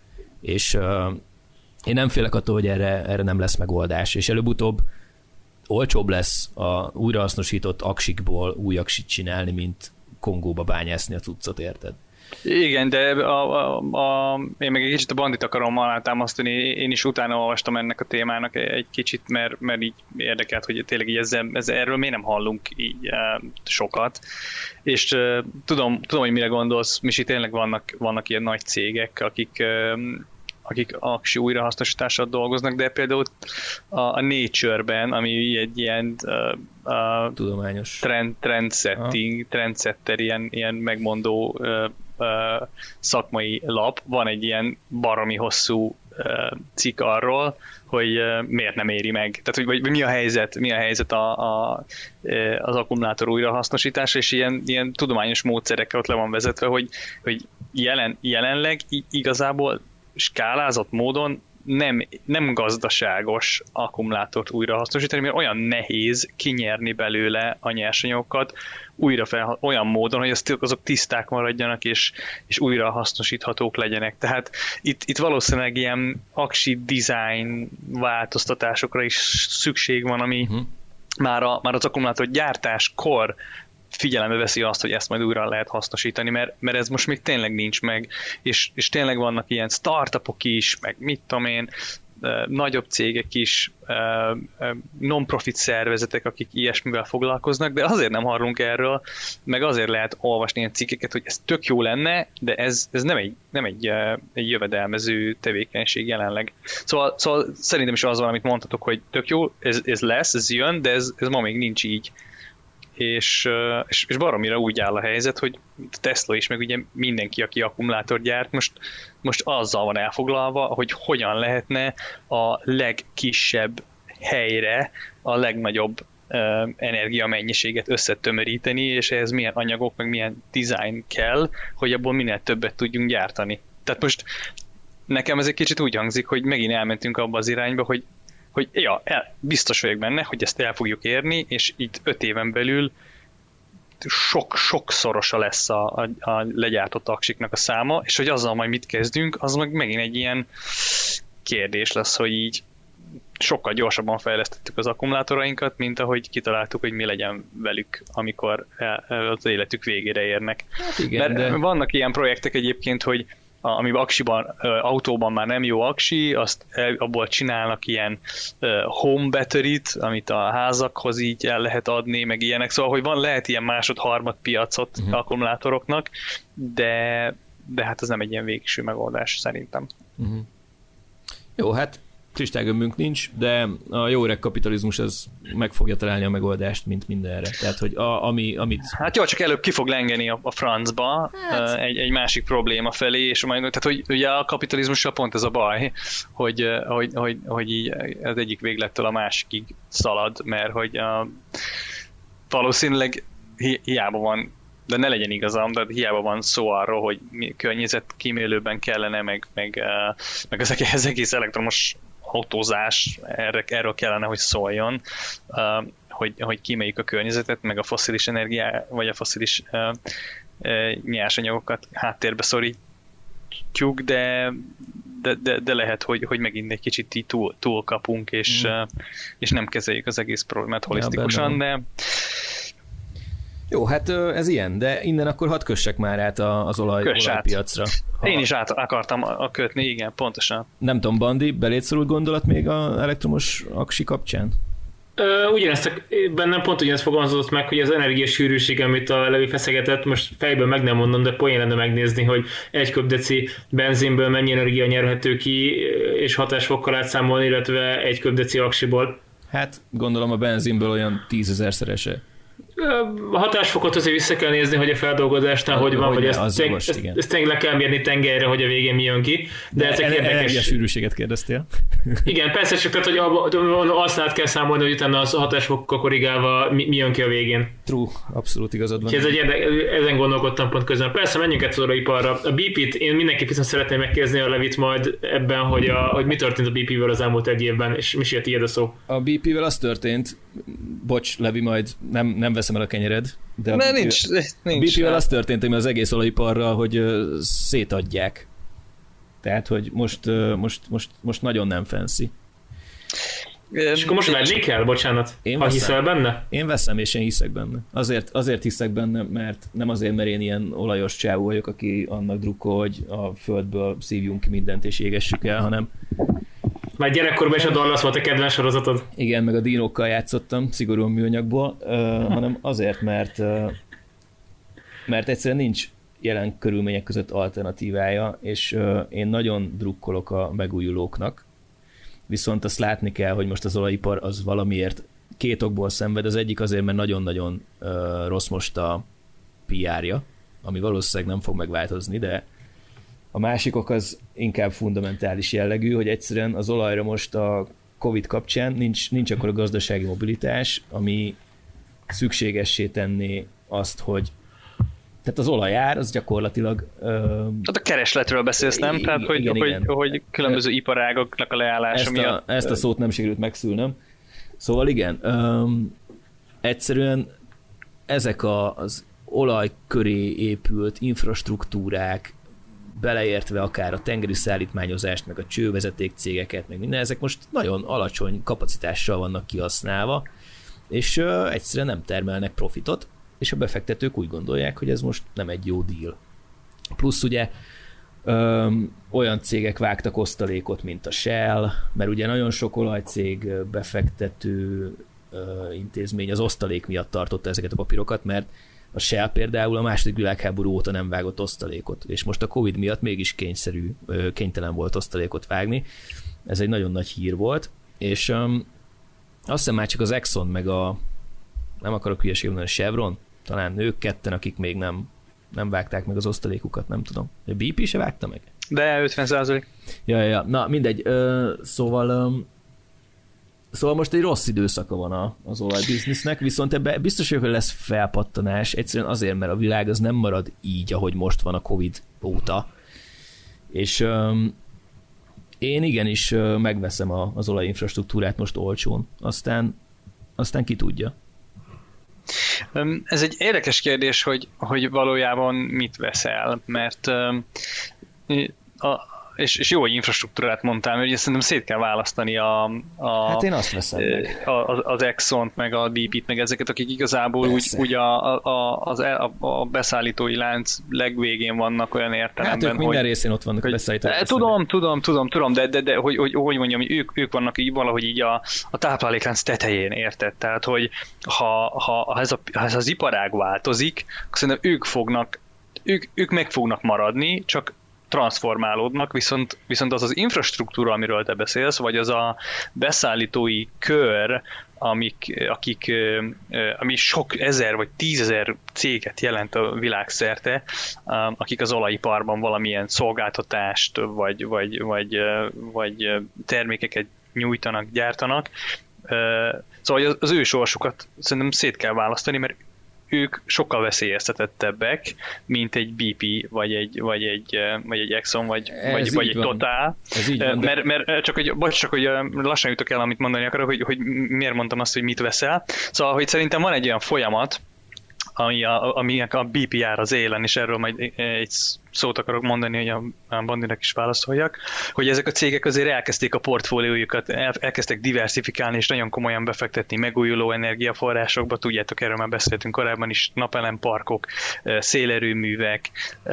és uh, én nem félek attól, hogy erre, erre nem lesz megoldás, és előbb-utóbb olcsóbb lesz a újrahasznosított aksikból új aksit csinálni, mint Kongóba bányászni a cuccot, érted? Igen, de a, a, a, én meg egy kicsit a Bandit akarom alátámasztani, én is utána olvastam ennek a témának egy kicsit, mert, mert így érdekelt, hogy tényleg így ezzel, ezzel, erről miért nem hallunk így e, sokat, és e, tudom, tudom, hogy mire gondolsz, Misi, tényleg vannak, vannak ilyen nagy cégek, akik e, akik aksi újrahasznosítását dolgoznak, de például a, a Nature-ben, ami egy ilyen uh, uh, tudományos trend, trendsetting, trendsetter, ilyen, ilyen megmondó uh, uh, szakmai lap, van egy ilyen baromi hosszú uh, cikk arról, hogy uh, miért nem éri meg. Tehát, hogy vagy, mi a helyzet, mi a helyzet a, a, az akkumulátor újrahasznosítása, és ilyen, ilyen tudományos módszerekkel ott le van vezetve, hogy, hogy jelen, jelenleg igazából skálázott módon nem, nem gazdaságos akkumulátort újrahasznosítani, mert olyan nehéz kinyerni belőle a nyersanyagokat újra fel, olyan módon, hogy azok tiszták maradjanak és, és újra hasznosíthatók legyenek. Tehát itt, itt valószínűleg ilyen aksi design változtatásokra is szükség van, ami uh-huh. már, a, már az akkumulátor gyártáskor figyelembe veszi azt, hogy ezt majd újra lehet hasznosítani, mert, mert ez most még tényleg nincs meg, és, és tényleg vannak ilyen startupok is, meg mit tudom én, nagyobb cégek is, non-profit szervezetek, akik ilyesmivel foglalkoznak, de azért nem hallunk erről, meg azért lehet olvasni ilyen cikkeket, hogy ez tök jó lenne, de ez, ez nem, egy, nem egy, egy jövedelmező tevékenység jelenleg. Szóval, szóval szerintem is az van, amit mondhatok, hogy tök jó, ez, ez lesz, ez jön, de ez, ez ma még nincs így. És, és, és baromira úgy áll a helyzet, hogy Tesla is, meg ugye mindenki, aki akkumulátor gyárt, most, most azzal van elfoglalva, hogy hogyan lehetne a legkisebb helyre a legnagyobb energiamennyiséget összetömöríteni, és ehhez milyen anyagok, meg milyen design kell, hogy abból minél többet tudjunk gyártani. Tehát most nekem ez egy kicsit úgy hangzik, hogy megint elmentünk abba az irányba, hogy, hogy ja, el, biztos vagyok benne, hogy ezt el fogjuk érni, és itt öt éven belül sok-sokszorosa lesz a, a, a legyártott aksiknak a száma, és hogy azzal majd mit kezdünk, az meg megint egy ilyen kérdés lesz, hogy így sokkal gyorsabban fejlesztettük az akkumulátorainkat, mint ahogy kitaláltuk, hogy mi legyen velük, amikor az életük végére érnek. Hát igen, Mert de... vannak ilyen projektek egyébként, hogy amiben aksiban, autóban már nem jó aksi, azt abból csinálnak ilyen home battery-t, amit a házakhoz így el lehet adni, meg ilyenek. Szóval, hogy van, lehet ilyen másod-harmad piacot uh-huh. akkumulátoroknak, de, de hát ez nem egy ilyen végső megoldás szerintem. Uh-huh. Jó, hát kristálygömbünk nincs, de a jó öreg kapitalizmus az meg fogja találni a megoldást, mint mindenre. Tehát, hogy a, ami, amit... Hát jó, csak előbb ki fog lengeni a, a francba hát. egy, egy másik probléma felé, és majd, tehát, hogy ugye a kapitalizmussal pont ez a baj, hogy, hogy, hogy, hogy így az egyik véglettől a másikig szalad, mert hogy a, valószínűleg hi, hiába van, de ne legyen igazam, de hiába van szó arról, hogy környezetkímélőben kellene, meg, meg, meg az egész elektromos autózás, erre, erről kellene, hogy szóljon, uh, hogy, hogy kíméljük a környezetet, meg a fosszilis energiá, vagy a fosszilis uh, uh, nyersanyagokat háttérbe szorítjuk, de, de, de, de lehet, hogy, hogy megint egy kicsit így túl, túl kapunk, és, mm. uh, és nem kezeljük az egész problémát holisztikusan, ja, de jó, hát ez ilyen, de innen akkor hadd kössek már át az olaj, olajpiacra. Ha... Én is át akartam kötni, igen, pontosan. Nem tudom, Bandi, beléd szorult gondolat még az elektromos aksi kapcsán? Ö, ugyanezt, a, bennem pont ugyanezt fogalmazott meg, hogy az energiasűrűség, amit a Levi feszegetett, most fejből meg nem mondom, de poén lenne megnézni, hogy egy köbdeci benzinből mennyi energia nyerhető ki, és hatásfokkal átszámolni, illetve egy köbdeci aksiból. Hát gondolom a benzinből olyan tízezerszerese. A hatásfokot azért vissza kell nézni, hogy a feldolgozásnál a, hogy van, hogy ezt, az teng, most, ezt, ezt tényleg kell mérni tengerre, hogy a végén mi jön ki. De, de ezek érdekes... Energiasűrűséget kérdeztél. Igen, persze, csak tehát, hogy azt át kell számolni, hogy utána az hatásfokkal korrigálva mi, mi jön ki a végén. True, abszolút igazad van. Ez egy érdek, ezen gondolkodtam pont közben. Persze, menjünk át az olajparra. A bé pét, én mindenképp viszont szeretném megkérdezni a Levit majd ebben, hogy, a, hogy mi történt a bé pével az elmúlt egy évben, és mi siet tiéd a szó. A bé pével az történt, bocs, Levi, majd nem, nem veszem el a kenyered, de a ne, nincs, nincs. bé pével az történt, ami az egész olajiparral, hogy uh, szétadják. Tehát, hogy most, uh, most, most, most nagyon nem fancy. És akkor most venni kell, bocsánat, én ha veszem. Hiszel benne? Én veszem, és én hiszek benne. Azért, azért hiszek benne, mert nem azért, mert én ilyen olajos csávó vagyok, aki annak drukkol, hogy a földből szívjunk ki mindent és égessük el, hanem... Már gyerekkorban is a Dallas volt a kedvenc sorozatod. Igen, meg a dinókkal játszottam, szigorúan műanyagból, uh, hanem azért, mert, uh, mert egyszerűen nincs jelen körülmények között alternatívája, és uh, én nagyon drukkolok a megújulóknak, viszont azt látni kell, hogy most az olajipar az valamiért két okból szenved, az egyik azért, mert nagyon-nagyon uh, rossz most a pé er-ja, ami valószínűleg nem fog megváltozni, de a másik ok az inkább fundamentális jellegű, hogy egyszerűen az olajra most a Covid kapcsán nincs, nincs akkor a gazdasági mobilitás, ami szükségessé tenné azt, hogy tehát az olajár az gyakorlatilag... Uh, Tehát a keresletről beszélsz, nem? Tehát, hogy, igen, hogy, igen. hogy különböző iparágoknak a leállása ezt miatt... A, ezt a szót nem sikerült megszülnöm. Szóval igen, um, egyszerűen ezek a, az olaj köré épült infrastruktúrák, beleértve akár a tengeri szállítmányozást, meg a csővezeték cégeket, meg minden, ezek most nagyon alacsony kapacitással vannak kihasználva, és uh, egyszerűen nem termelnek profitot, és a befektetők úgy gondolják, hogy ez most nem egy jó deal. Plusz ugye öm, olyan cégek vágtak osztalékot, mint a Shell, mert ugye nagyon sok olajcég befektető ö, intézmény az osztalék miatt tartotta ezeket a papírokat, mert a Shell például a második világháború óta nem vágott osztalékot, és most a Covid miatt mégis kényszerű, ö, kénytelen volt osztalékot vágni. Ez egy nagyon nagy hír volt, és öm, azt hiszem már csak az Exxon meg a nem akarok hülyeséget mondani, a Chevron, talán ők ketten, akik még nem, nem vágták meg az osztalékukat, nem tudom. A bé pé se vágta meg? De ötven százalék. Ja, ja, ja. Na mindegy, ö, szóval ö, Szóval most egy rossz időszaka van az olajbiznisznek, viszont ebben biztos vagyok, hogy lesz felpattanás, egyszerűen azért, mert a világ az nem marad így, ahogy most van a Covid óta. És um, én igenis uh, megveszem a, az olajinfrastruktúrát most olcsón, aztán, aztán ki tudja. Ez egy érdekes kérdés, hogy, hogy valójában mit veszel, mert a, és, és jó, hogy infrastruktúrát mondtál, mert ugye szerintem szét kell választani a, a, hát én azt veszem a, az, az Exxont, meg a bé pét, meg ezeket, akik igazából úgy, úgy a, a, az, a, a beszállítói lánc legvégén vannak olyan értelemben, hát ők minden hogy, részén ott vannak hogy, a beszállítói lánc. Tudom, tudom, tudom, tudom, de, de, de hogy, hogy, hogy mondjam, ők, ők vannak így valahogy így a, a tápláléklánc tetején, érted? Tehát, hogy ha, ha ez, a, ha ez az iparág változik, akkor szerintem ők fognak, ők, ők meg fognak maradni, csak transformálódnak, viszont, viszont az az infrastruktúra, amiről te beszélsz, vagy az a beszállítói kör, amik, akik, ami sok ezer vagy tízezer céget jelent a világszerte, akik az olajiparban valamilyen szolgáltatást, vagy, vagy, vagy, vagy termékeket nyújtanak, gyártanak. Szóval az ő sorsukat szerintem szét kell választani, mert ők sokkal veszélyeztetettebbek, mint egy bé pé, vagy egy, vagy egy, vagy egy Exxon, vagy, vagy, vagy egy Total. Van, mert, mert csak, hogy, bocs, csak, hogy lassan jutok el, amit mondani akarok, hogy, hogy miért mondtam azt, hogy mit veszel. Szóval, hogy szerintem van egy olyan folyamat, ami a, aminek a bé pé jár az élen, és erről majd egy szót akarok mondani, hogy a, a Bandinak is válaszoljak, hogy ezek a cégek azért elkezdték a portfóliójukat, el, elkezdtek diversifikálni, és nagyon komolyan befektetni megújuló energiaforrásokba, tudjátok, erről már beszéltünk korábban is, napelemparkok, szélerőművek,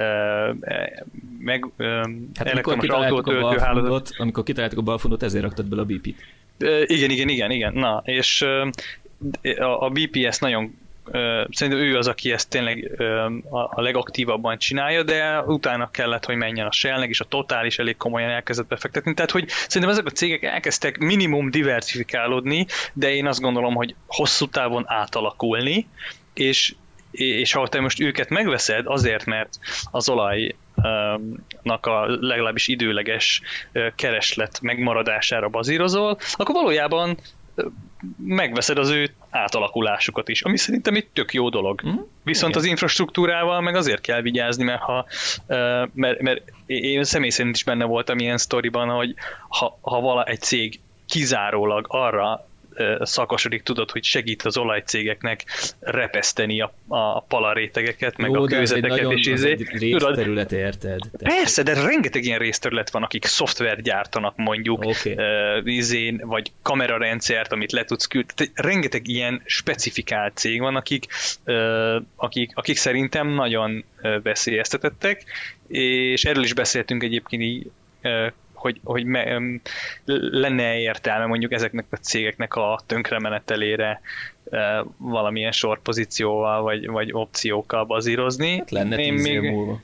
meg hát elektromos autótöltőhálózat. Amikor kitaláltuk a balfundot, ezért raktad bele a bé pét. Igen, igen, igen, igen. Na, és a, a bé pé ezt nagyon szerintem ő az, aki ezt tényleg a legaktívabban csinálja, de utána kellett, hogy menjen a Shell-nek, és a Total is elég komolyan elkezdett befektetni. Tehát, hogy szerintem ezek a cégek elkezdtek minimum diversifikálódni, de én azt gondolom, hogy hosszú távon átalakulni, és, és ha te most őket megveszed azért, mert az olaj nak a legalábbis időleges kereslet megmaradására bazírozol, akkor valójában megveszed az ő átalakulásukat is, ami szerintem egy tök jó dolog. Mm, Viszont igen. Az infrastruktúrával meg azért kell vigyázni, mert ha mert, mert én személy szerint is benne voltam ilyen sztoriban, hogy ha, ha vala egy cég kizárólag arra szakosodik, tudod, hogy segít az olajcégeknek repeszteni a, a palarétegeket, meg jó, a kőzeteket. És ez egy részterület, érted? Persze, de rengeteg ilyen részterület van, akik szoftvert gyártanak mondjuk, okay. uh, izén, vagy kamerarendszert, amit le tudsz küldeni. Rengeteg ilyen specifikált cég van, akik, uh, akik, akik szerintem nagyon uh, veszélyeztetettek, és erről is beszéltünk egyébként így, uh, hogy, hogy me, lenne értelme mondjuk ezeknek a cégeknek a tönkremenetelére e, valamilyen sortpozícióval vagy, vagy opciókkal bazírozni. Hát lenne én tíz még... év múlva.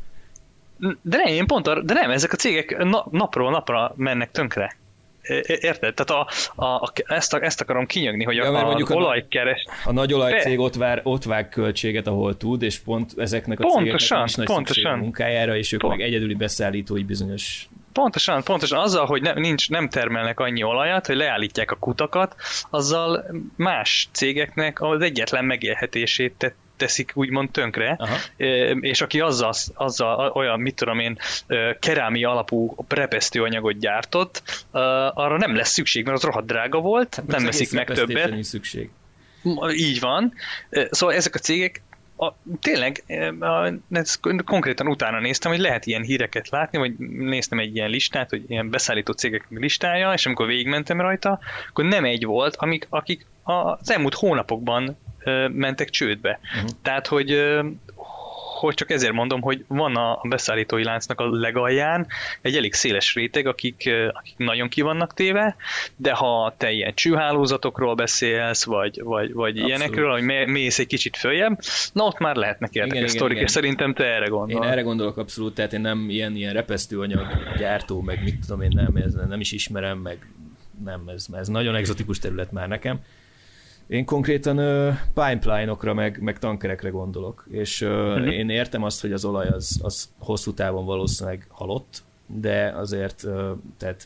De nem, én pont arra, de nem, ezek a cégek na, napról napra mennek tönkre. Érted? Tehát a, a, a, ezt, a, ezt akarom kinyögni, hogy ja, a, az olajkeres... A nagy olajcég ott, vár, ott vág költséget, ahol tud, és pont ezeknek a pontosan, cégeknek is nagy pontosan. szükség munkájára, és ők Pont. meg egyedüli beszállítói bizonyos... Pontosan, pontosan. Azzal, hogy ne, nincs, nem termelnek annyi olajat, hogy leállítják a kutakat, azzal más cégeknek az egyetlen megélhetését te, teszik úgymond tönkre, aha. És aki azzal, azzal olyan, mit tudom én, kerámia alapú repesztőanyagot gyártott, arra nem lesz szükség, mert az rohadt drága volt, nem veszik meg többet. Nincs szükség. Így van. Szóval ezek a cégek A, tényleg, a, konkrétan utána néztem, hogy lehet ilyen híreket látni, vagy néztem egy ilyen listát, hogy ilyen beszállító cégek listája, és amikor végigmentem rajta, akkor nem egy volt, amik, akik az elmúlt hónapokban ö, mentek csődbe. Uh-huh. Tehát, hogy, ö, hogy csak ezért mondom, hogy van a beszállítói láncnak a legalján egy elég széles réteg, akik, ö, akik nagyon ki vannak téve, de ha te ilyen csőhálózatokról beszélsz, vagy, vagy, vagy ilyenekről, hogy mész egy kicsit följebb, na ott már lehetnek érdekes sztorik, és szerintem te erre gondolsz. Én erre gondolok abszolút, tehát én nem ilyen, ilyen repesztőanyag gyártó, meg mit tudom én, nem, ez nem is ismerem, meg nem, ez, ez nagyon egzotikus terület már nekem. Én konkrétan uh, pipeline-okra, meg, meg tankerekre gondolok, és uh, uh-huh. én értem azt, hogy az olaj az, az hosszú távon valószínűleg halott, de azért uh, tehát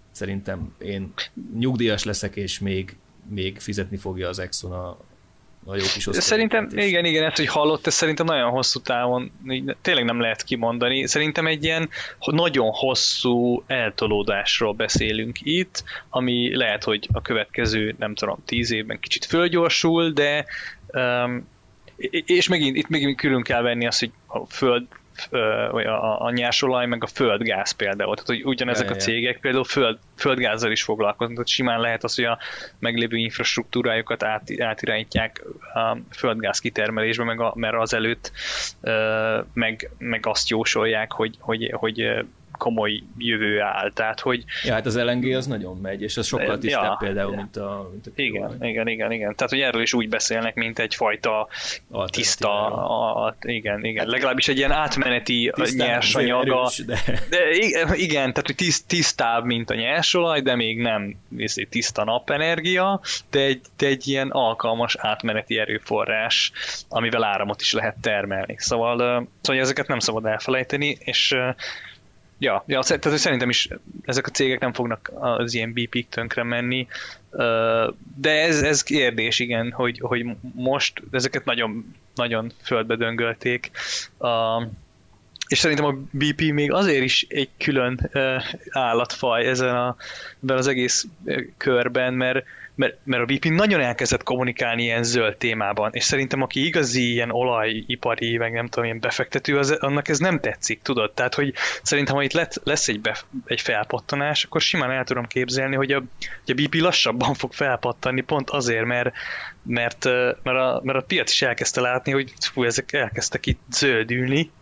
szerintem én nyugdíjas leszek, és még, még fizetni fogja az Exxon a, a jó kis osztalékot. Szerintem, igen, igen, ezt, hogy hallott, ez szerintem nagyon hosszú távon tényleg nem lehet kimondani. Szerintem egy ilyen nagyon hosszú eltolódásról beszélünk itt, ami lehet, hogy a következő, nem tudom, tíz évben kicsit fölgyorsul, de um, és megint, itt megint külön kell venni azt, hogy a föld vagy a, a nyersolaj, meg a földgáz például. Tehát, hogy ugyanezek ja, a cégek ja. például föld, földgázzal is foglalkoznak. Tehát simán lehet az, hogy a meglévő infrastruktúrájukat át, átirányítják a földgáz kitermelésbe, meg a, mert azelőtt meg, meg azt jósolják, hogy, hogy, hogy komoly jövő áll. Tehát, hogy... Ja, hát az el en gé az nagyon megy, és az sokkal tisztább ja, például, ja. mint a... Mint a igen, igen, igen, igen. Tehát, hogy erről is úgy beszélnek, mint egyfajta tiszta... A, a, igen, igen. Hát, legalábbis egy ilyen átmeneti nyersanyaga. Erős, de... de igen, tehát, hogy tiszt, tisztább, mint a nyersolaj, de még nem tiszta napenergia, de egy, de egy ilyen alkalmas átmeneti erőforrás, amivel áramot is lehet termelni. Szóval, szóval ezeket nem szabad elfelejteni, és Ja, ja, tehát szerintem is ezek a cégek nem fognak az ilyen bé pé-k tönkre menni, de ez, ez kérdés, igen, hogy, hogy most ezeket nagyon, nagyon földbe döngölték, és szerintem a bé pé még azért is egy külön állatfaj ezen a, ebben az egész körben, mert Mert, mert a bé pé nagyon elkezdett kommunikálni ilyen zöld témában, és szerintem aki igazi ilyen olajipari, meg nem tudom, ilyen befektető, az, annak ez nem tetszik, tudod? Tehát, hogy szerintem, ha itt lett, lesz egy, bef, egy felpattanás, akkor simán el tudom képzelni, hogy a, hogy a bé pé lassabban fog felpattanni, pont azért, mert, mert, mert, a, mert a piac is elkezdte látni, hogy fú, ezek elkezdtek itt zöldülni,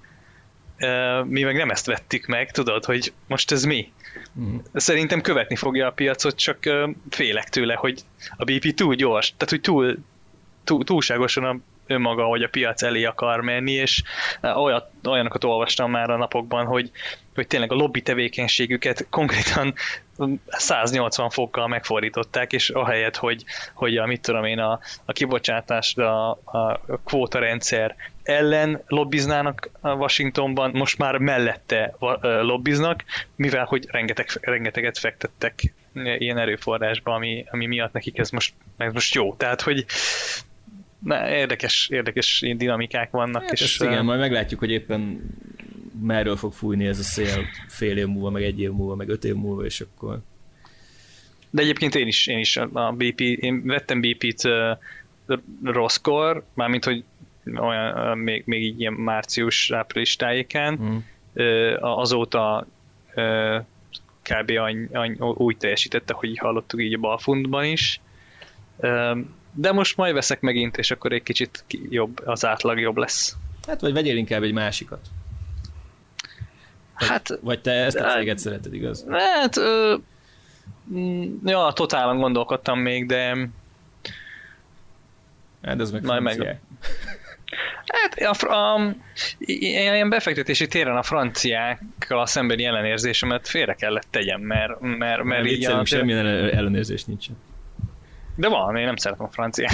mi meg nem ezt vettük meg, tudod, hogy most ez mi? Mm. Szerintem követni fogja a piacot, csak félek tőle, hogy a bé pé túl gyors, tehát hogy túl, túl, túlságosan a önmaga, hogy a piac elé akar menni, és olyat, olyanokat olvastam már a napokban, hogy, hogy tényleg a lobby tevékenységüket konkrétan száznyolcvan fokkal megfordították, és ahelyett, hogy, hogy a, mit tudom én, a, a kibocsátás, a, a kvótarendszer ellen lobbiznának a Washingtonban, most már mellette lobbiznak, mivel hogy rengeteg, rengeteget fektettek ilyen erőforrásba, ami, ami miatt nekik ez most, ez most jó. Tehát, hogy na, érdekes, érdekes dinamikák vannak. Hát és igen, majd meglátjuk, hogy éppen merről fog fújni ez a szél fél év múlva, meg egy év múlva, meg öt év múlva, és akkor... De egyébként én is, én is a bé pé, én vettem bé pét uh, rosszkor, mármint, hogy olyan, uh, még, még így ilyen március-április tájékán, mm. uh, azóta uh, kb. Any, any, úgy teljesítette, hogy így hallottuk így a Balfundban is. Uh, de most majd veszek megint, és akkor egy kicsit jobb, az átlag jobb lesz. Hát vagy vegyél inkább egy másikat. Vagy, hát, vagy te ezt a céget szereted, igaz? Hát, ö, ja, totálon gondolkodtam még, de... Hát ez meg francia. Meg... Hát a, a, ilyen befektetési téren a franciákkal szembeni ellenérzésemet félre kellett tegyem, mert, mert, mert így... A... Semmilyen ellenérzés nincsen. De van, én nem szeretem a franciát.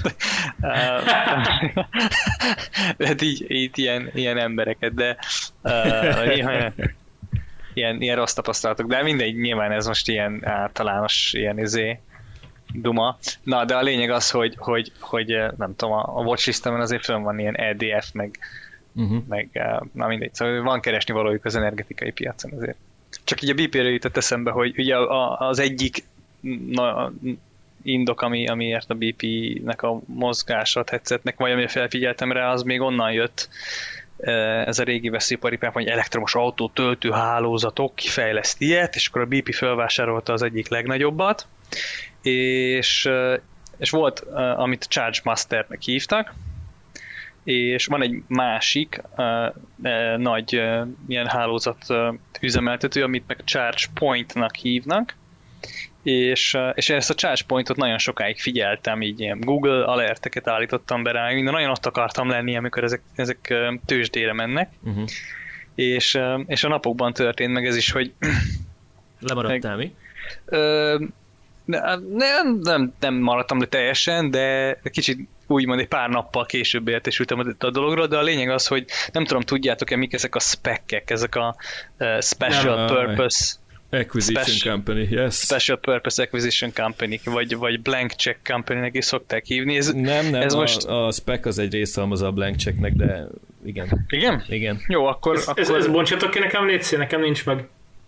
hát így, így ilyen, ilyen embereket, de uh, ilyen, ilyen, ilyen rossz tapasztalatok. De mindegy, nyilván ez most ilyen általános ilyen izé duma. Na, de a lényeg az, hogy, hogy, hogy nem tudom, a watchlistemen azért fönn van ilyen é dé ef, meg, uh-huh. meg na mindegy, szóval van keresni valójuk az energetikai piacon azért. Csak így a bé pé-ről jutott eszembe, hogy ugye az egyik na, indok, ami, amiért a bé pé-nek a mozgása tetszettnek, vagy amire felfigyeltem rá, az még onnan jött, ez a régi veszélyparipák, hogy elektromos autó töltő hálózatok, kifejleszt ilyet, és akkor a bé pé felvásárolta az egyik legnagyobbat, és, és volt, amit Charge Masternek hívtak, és van egy másik uh, uh, nagy uh, ilyen hálózat uh, üzemeltető, amit meg Charge Point-nak hívnak, és, uh, és ezt a Charge Point-ot nagyon sokáig figyeltem, így ilyen Google alerteket állítottam be rá, minden nagyon ott akartam lenni, amikor ezek, ezek uh, tőzsdére mennek, uh-huh. és, uh, és a napokban történt meg ez is, hogy lemaradtál mi? Uh, nem, nem, nem maradtam le teljesen, de kicsit úgymond egy pár nappal később értesültem a dologról, de a lényeg az, hogy nem tudom, tudjátok-e, mik ezek a spec-ek, ezek a uh, special nem, purpose Acquisition Special, Company, yes. Special Purpose Acquisition Company, vagy, vagy Blank Check Company-nek is szokták hívni. Ez, nem, nem, ez a, most... a spec az egy részhalmaz a Blank Checknek, de igen. Igen? Igen. Jó, akkor... Ez, akkor... ez, ez bontsatok ki nekem, létszé, nekem nincs meg.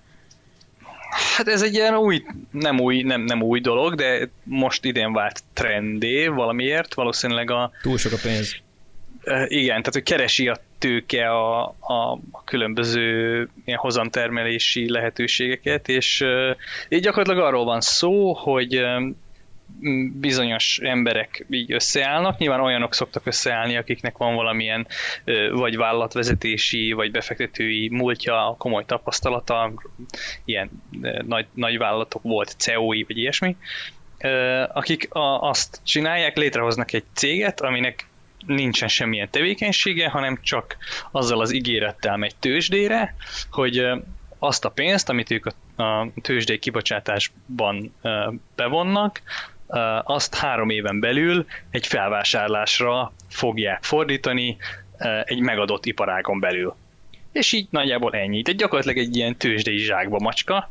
Hát ez egy ilyen új, nem új, nem, nem új dolog, de most idén vált trendé valamiért, valószínűleg a... Túl sok a pénz. Igen, tehát hogy keresi a tőke a, a különböző ilyen hozamtermelési lehetőségeket, és így gyakorlatilag arról van szó, hogy bizonyos emberek így összeállnak, nyilván olyanok szoktak összeállni, akiknek van valamilyen vagy vállalatvezetési, vagy befektetői múltja, komoly tapasztalata, ilyen nagy, nagy vállalatok volt, cé e o-i, vagy ilyesmi, akik a, azt csinálják, létrehoznak egy céget, aminek nincsen semmilyen tevékenysége, hanem csak azzal az ígérettel megy tőzsdére, hogy azt a pénzt, amit ők a tőzsdei kibocsátásban bevonnak, azt három éven belül egy felvásárlásra fogják fordítani egy megadott iparágon belül. És így nagyjából ennyi. Tehát gyakorlatilag egy ilyen tőzsdei zsákba macska,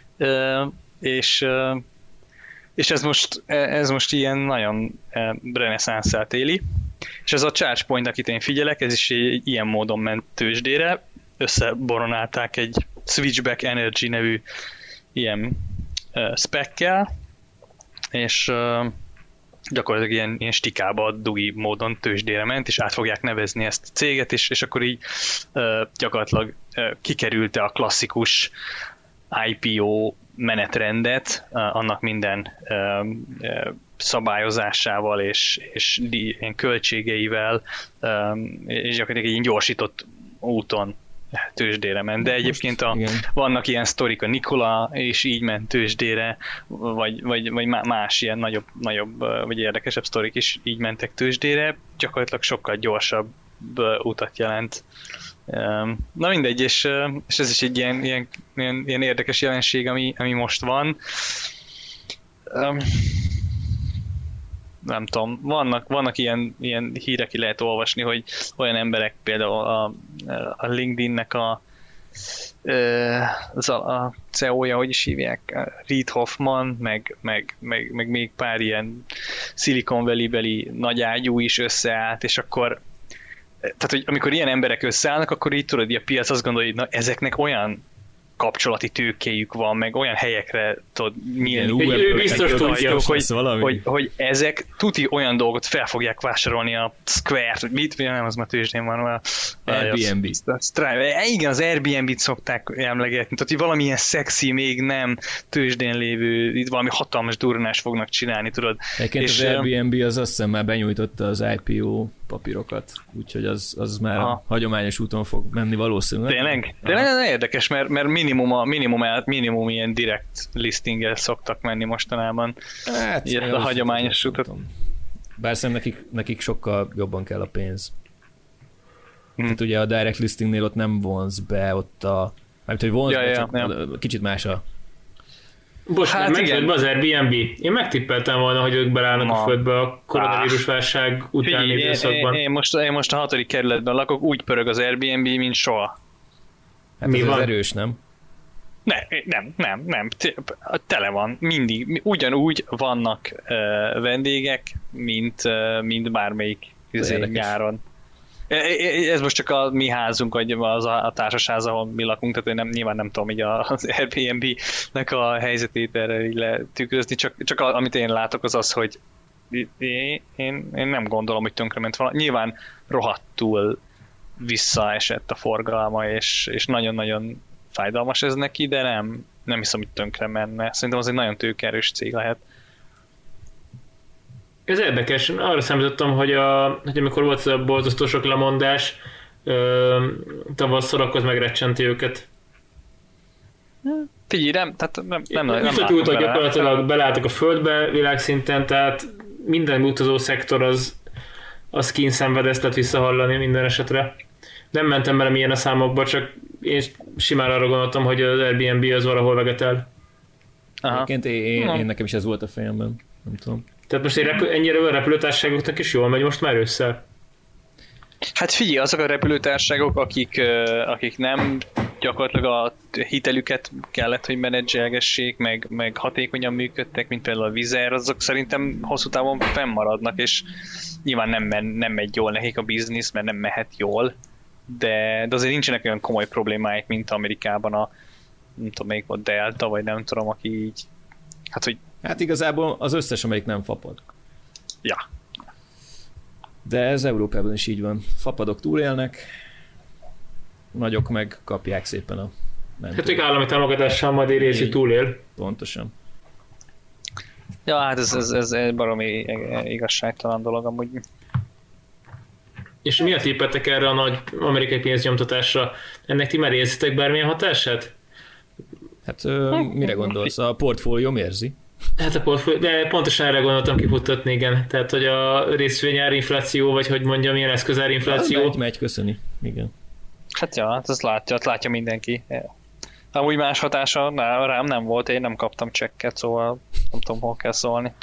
és, és ez most, ez most ilyen nagyon reneszánszát éli. És ez a ChargePoint, akit én figyelek, ez is egy ilyen módon ment tőzsdére, összeboronálták egy Switchback Energy nevű ilyen uh, spec-kel, és uh, gyakorlatilag ilyen, ilyen stikába, dugi módon tőzsdére ment, és át fogják nevezni ezt a céget, és, és akkor így uh, gyakorlatilag uh, kikerülte a klasszikus I P O menetrendet, uh, annak minden uh, uh, szabályozásával és, és ilyen költségeivel, um, és gyakorlatilag egy ilyen gyorsított úton tőzsdére ment. De egyébként a, vannak ilyen sztorik, a Nikola és így ment tőzsdére, vagy, vagy, vagy más ilyen nagyobb, nagyobb, vagy érdekesebb sztorik is így mentek tőzsdére, gyakorlatilag sokkal gyorsabb utat jelent. Na mindegy, és, és ez is egy ilyen, ilyen, ilyen, ilyen érdekes jelenség, ami, ami most van. Nem tudom, vannak, vannak ilyen, ilyen hírek, ki lehet olvasni, hogy olyan emberek, például a, a LinkedIn-nek a, a, a cé e o-ja, hogy is hívják, Reid Hoffman, meg, meg, meg, meg még pár ilyen Silicon Valley-beli nagyágyú is összeállt, és akkor tehát, hogy amikor ilyen emberek összeállnak, akkor így tudod, hogy a piac azt gondolja, hogy na, ezeknek olyan kapcsolati tőkéjük van, meg olyan helyekre tudod nyílni, ő biztos tudja, hogy, hogy, hogy ezek tuti olyan dolgot fel fogják vásárolni a Square-t, hogy mit, nem, az már tőzsdén van, a Airbnb. Igen, az Airbnb-t szokták emlegetni, tehát hogy valamilyen szexi, még nem tőzsdén lévő, itt valami hatalmas durranás fognak csinálni, tudod. Egyébként az Airbnb az azt hiszem már benyújtotta az I P O papírokat, úgyhogy az, az már Aha. hagyományos úton fog menni valószínűleg. Tényleg? Tényleg érdekes, mert, mert minimum, a, minimum, minimum ilyen direct listinggel szoktak menni mostanában. Hát, ilyet a hagyományos utat. Bár szerintem nekik, nekik sokkal jobban kell a pénz. Hmm. Tehát ugye a direct listingnél ott nem vonz be, ott a... Mert hogy vonz ja, be, ja, csak ja. kicsit más a... Bocs, hát megföld be az Airbnb. Én megtippeltem volna, hogy ők belállnak Ma. a földbe a koronavírus válság utáni időszakban. Én, én, most, én most a hatodik kerületben lakok, úgy pörög az Airbnb, mint soha. Hát mi ez van? Erős, nem? Ne, nem, nem, nem. Tele van. Mindig. Ugyanúgy vannak uh, vendégek, mint, uh, mint bármelyik nyáron. Ez most csak a mi házunk, vagy az a társaság, ahol mi lakunk, tehát én nem, nyilván nem tudom így az Airbnb-nek a helyzetét erre így letükrözni, csak, csak amit én látok az az, hogy én, én, én nem gondolom, hogy tönkrement van. Nyilván rohadtul visszaesett a forgalma, és, és nagyon-nagyon fájdalmas ez neki, de nem, nem hiszem, hogy tönkre menne. Szerintem az egy nagyon tőkeerős cég lehet. Ez érdekes. Arra számítottam, hogy, a, hogy amikor volt a borzasztó sok lemondás, tavasszal, akkor az megrecsenti őket. Figyelj, nem, tehát nem, nem, nem Visszatyúltak gyakorlatilag, belálltak a földbe világszinten, tehát minden utazó szektor az, az kínszenvedést lett visszahallani minden esetre. Nem mentem bele milyen a számokba, csak én simán arra gondoltam, hogy az Airbnb az valahol vegetel. Egyébként én, én, én nekem is ez volt a fejemben. Nem tudom. Tehát most repül, ennyire olyan repülőtársaságoknak is jól megy most már össze? Hát figyelj, azok a repülőtársaságok, akik, akik nem gyakorlatilag a hitelüket kellett, hogy menedzselgessék, meg, meg hatékonyan működtek, mint például a Vizer, azok szerintem hosszú távon fennmaradnak, és nyilván nem, men, nem megy jól nekik a biznisz, mert nem mehet jól, de, de azért nincsenek olyan komoly problémáik, mint Amerikában a nem tudom, melyik volt Delta, vagy nem tudom, aki így hát, hogy... Hát igazából az összes, amelyik nem fapad. Ja. De ez Európában is így van. Fapadok túlélnek, nagyok meg kapják szépen a Hát ők állami támogatással majd egy részű túlél. Pontosan. Ja, hát ez, ez, ez, ez baromi igazságtalan dolog amúgy. És mi a tippetek erre a nagy amerikai pénznyomtatásra? Ennek ti már érzitek bármilyen hatását? Hát ö, mire gondolsz? A portfólióm érzi? Hát a portfólió, de pontosan erre gondoltam kifuttatni, igen. Tehát, hogy a részvényárinfláció, vagy hogy mondjam, milyen eszközárinfláció. Megy, megy, köszöni. Igen. Hát ja, hát azt látja, azt látja mindenki. Amúgy más hatása ná, rám nem volt, én nem kaptam csekket, szóval nem tudom, hol kell szólni.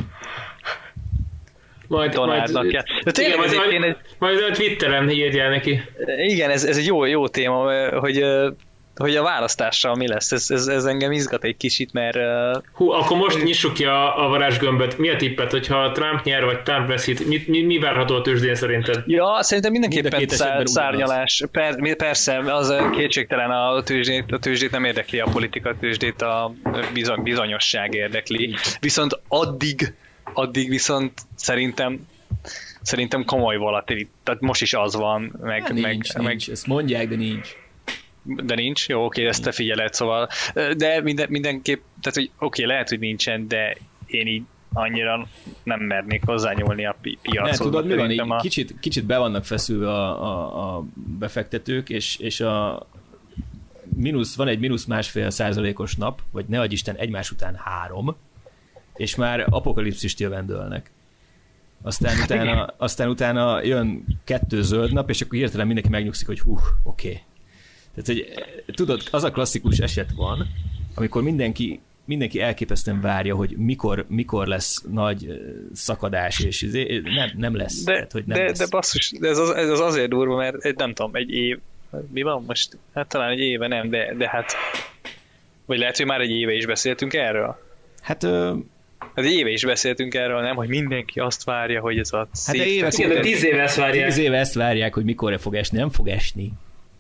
Majd, Donaldnak majd, kell. De tényleg igen, majd, én egy... majd a Twitteren írjál neki. Igen, ez, ez egy jó, jó téma, hogy, hogy a választással mi lesz. Ez, ez, ez engem izgat egy kicsit, mert... Hú, akkor most nyissuk ki a, a varázsgömböt. Mi a tippet, hogyha Trump nyer, vagy Trump veszít? Mi, mi, mi várható a tőzsdén szerinted? Ja, szerintem mindenképpen szár, szárnyalás. Per, persze, az kétségtelen a tőzsdét, a tőzsdét nem érdekli a politika, a tőzsdét a bizony, bizonyosság érdekli. Viszont addig, addig viszont szerintem szerintem komoly volatilitás. Tehát most is az van, meg... Ja, nincs, meg, nincs. meg, ezt mondják, de nincs. De nincs? Jó, oké, ezt te figyeled, szóval. De minden, mindenképp, tehát hogy oké, lehet, hogy nincsen, de én így annyira nem mernék hozzányúlni a pi- piachoz. Ne, tudod, mi van így? A... Kicsit, kicsit be vannak feszülve a, a, a befektetők, és, és a mínusz, van egy mínusz másfél százalékos nap, vagy ne adj Isten, egymás után három, és már apokalipszist jövendőlnek. Aztán utána, aztán utána jön kettő zöld nap, és akkor hirtelen mindenki megnyugszik, hogy hú, oké. Okay. Tehát, hogy tudod, az a klasszikus eset van, amikor mindenki, mindenki elképesztően várja, hogy mikor, mikor lesz nagy szakadás, és nem, nem lesz. De, Tehát, hogy nem de, lesz. de basszus, de ez, az, ez az azért durva, mert egy, nem tudom, egy év, mi van most? Hát talán egy éve nem, de, de hát, vagy lehet, hogy már egy éve is beszéltünk erről? Hát... Ö... Hát egy éve is beszéltünk erről, nem? Hogy mindenki azt várja, hogy ez a szép... Hát évek igen, de tíz éve ezt várják. Tíz éve ezt várják, hogy mikorra fog esni. Nem fog esni.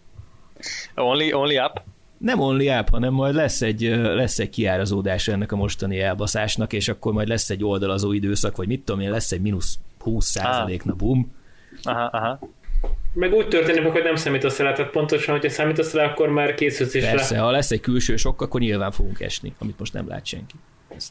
Only, only up? Nem only up, hanem majd lesz egy, lesz egy kiárazódás ennek a mostani elbaszásnak, és akkor majd lesz egy oldalazó időszak, vagy mit tudom én, lesz egy mínusz húsz százalékna boom. Aha, aha. Meg úgy történik, hogy nem számítasz rá, tehát pontosan, hogyha számítasz rá, akkor már készülsz is rá. Persze, ha lesz egy külső sok, akkor nyilván fogunk esni, amit most nem lát senki. Ezt...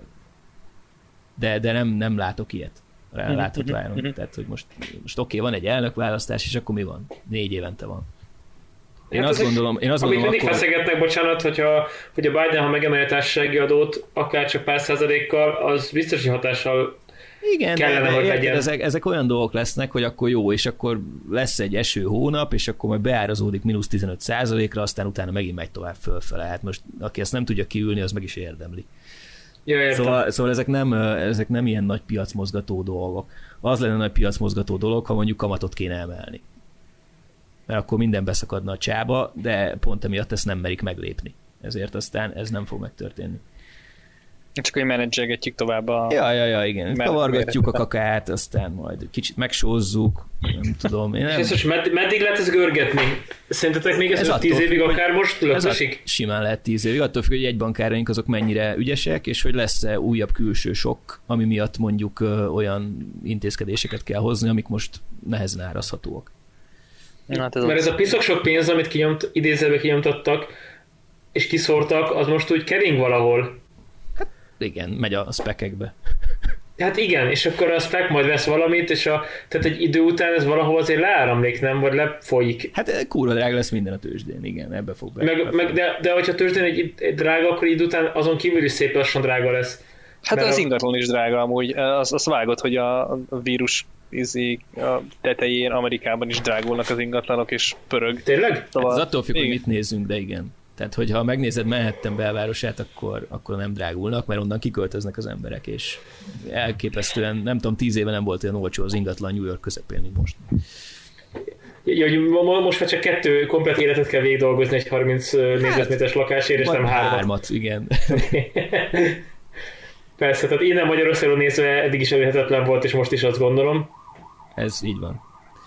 De, de nem, nem látok ilyet. Rá látott várunk. Tehát, hogy most, most oké, okay, van egy elnökválasztás, és akkor mi van? Négy évente van. Én hát azt gondolom, én azt amit gondolom, mindig akkor... feszegetnek, bocsánat, hogyha, hogy a Biden, ha megemeli a társasági adót, akár csak pár százalékkal, az biztos, hogy hatással igen, kellene, hogy legyen. Ezek, ezek olyan dolgok lesznek, hogy akkor jó, és akkor lesz egy eső hónap, és akkor majd beárazódik mínusz tizenöt százalékra, aztán utána megint megy tovább fölfele. Hát most, aki ezt nem tudja kiülni, az meg is érdemli. Ja, szóval, szóval ezek, nem, ezek nem ilyen nagy piacmozgató dolgok. Az lenne nagy piacmozgató dolog, ha mondjuk kamatot kéne emelni. Mert akkor minden beszakadna a csába, de pont emiatt ezt nem merik meglépni. Ezért aztán ez nem fog megtörténni. Csak hogy menedzselgetjük tovább a... Ja, ja, ja, igen. Kavargatjuk a kakát, aztán majd kicsit megsózzuk, nem tudom. Én nem... És ezt med- meddig lehet ezt görgetni? Szerintetek még ez, ez tíz évig függ, akár most lökösik? Simán lehet tíz évig, attól függ, hogy jegybankáraink azok mennyire ügyesek, és hogy lesz-e újabb külső sok, ami miatt mondjuk ö, olyan intézkedéseket kell hozni, amik most nehezen árazhatóak. Hát ez Mert ez a piszok sok pénz, amit kinyomt, idézőbe kinyomtattak, és kiszórtak, az most úgy kering valahol. Hát igen, megy a spekekbe. Hát igen, és akkor a spek majd vesz valamit, és a, tehát egy idő után ez valahol azért leáramlik, nem? Vagy lefolyik. Hát kurva drága lesz minden a tőzsdén, igen, ebbe fog be. Meg, meg de, de hogyha a tőzsdén egy, egy drága, akkor idő után azon kívül is szép lassan drága lesz. Hát az a... ingatlan is drága amúgy. Azt az vágod, hogy a, a vírus izé, a tetején Amerikában is drágulnak az ingatlanok, és pörög. Tényleg? Szóval... Hát az attól függ, hogy mit nézzünk, de igen. Tehát, hogyha megnézed Manhattan belvárosát, akkor, akkor nem drágulnak, mert onnan kiköltöznek az emberek, és elképesztően, nem tudom, tíz éve nem volt olyan olcsó az ingatlan New York közepén, mint most. Ja, hogy most már csak kettő komplet életet kell végig dolgozni egy harminc hát, négyzetméteres lakásért, és nem hármat. Hármat, igen. Persze, tehát innen Magyarországon nézve eddig is elérhetetlen volt, és most is azt gondolom. Ez így van.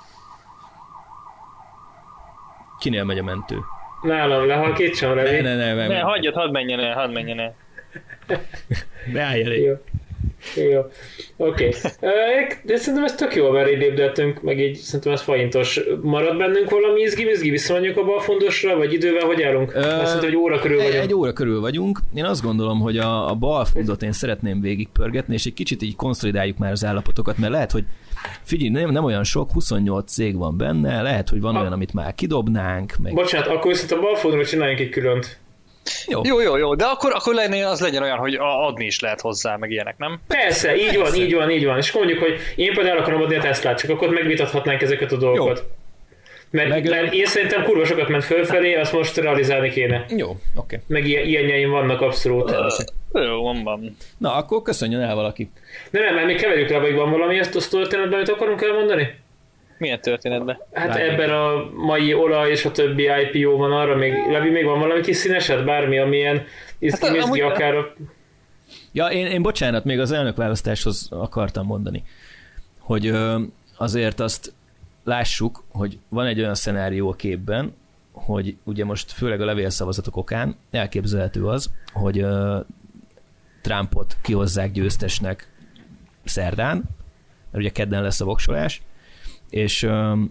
Kinél megy a mentő? Nálam lehalkítsam, Levi. Ne, ne, ne, ne. Ne, hagyjad, hadd menjen el, hadd menjen el. Ne állj elég. Jó. Jó. Oké. Okay. De szerintem ez tök jó, mert így lépdeltünk, meg így szerintem ez fajintos. Marad bennünk valami izgi-mizgi? Visszamegyünk a balfondosra, vagy idővel hogy állunk? Ö, azt szerintem, hogy óra körül vagyunk. Egy óra körül vagyunk. Én azt gondolom, hogy a, a balfondot én szeretném végigpörgetni, és egy kicsit így konszolidáljuk már az állapotokat, mert lehet, hogy figyelj, nem, nem olyan sok, huszonnyolc cég van benne, lehet, hogy van ha. olyan, amit már kidobnánk. Meg... Bocsánat, akkor viszont a balfondról csináljunk egy különt. Jó. jó, jó, jó, de akkor, akkor legyen, az legyen olyan, hogy adni is lehet hozzá, meg ilyenek, nem? Persze, így van, Persze. így van, így van. És mondjuk, hogy én például akarom adni a Teslát, csak akkor megvitathatnánk ezeket a dolgokat. Jó. Mert, meg, mert én szerintem kurva sokat ment fölfelé, azt most realizálni kéne. Jó, oké. Okay. Meg ilyen, ilyenjeim vannak abszolút. Uh, jó, van, van. Na, akkor köszönjön el valaki. Nem, nem, mert még keverjük le, vagy van valami ezt a történetben, amit akarunk elmondani? Milyen történetben? Hát Bármi. Ebben a mai olaj és a többi I P O van arra, még, Levi, még van valami kis színeset? Bármi, amilyen izgi-mizgi hát, akár... A... Ja, én, én bocsánat, még az elnökválasztáshoz akartam mondani, hogy ö, azért azt lássuk, hogy van egy olyan szenárió a képben, hogy ugye most főleg a levélszavazatok okán elképzelhető az, hogy ö, Trumpot kihozzák győztesnek szerdán, mert ugye kedden lesz a voksolás, és,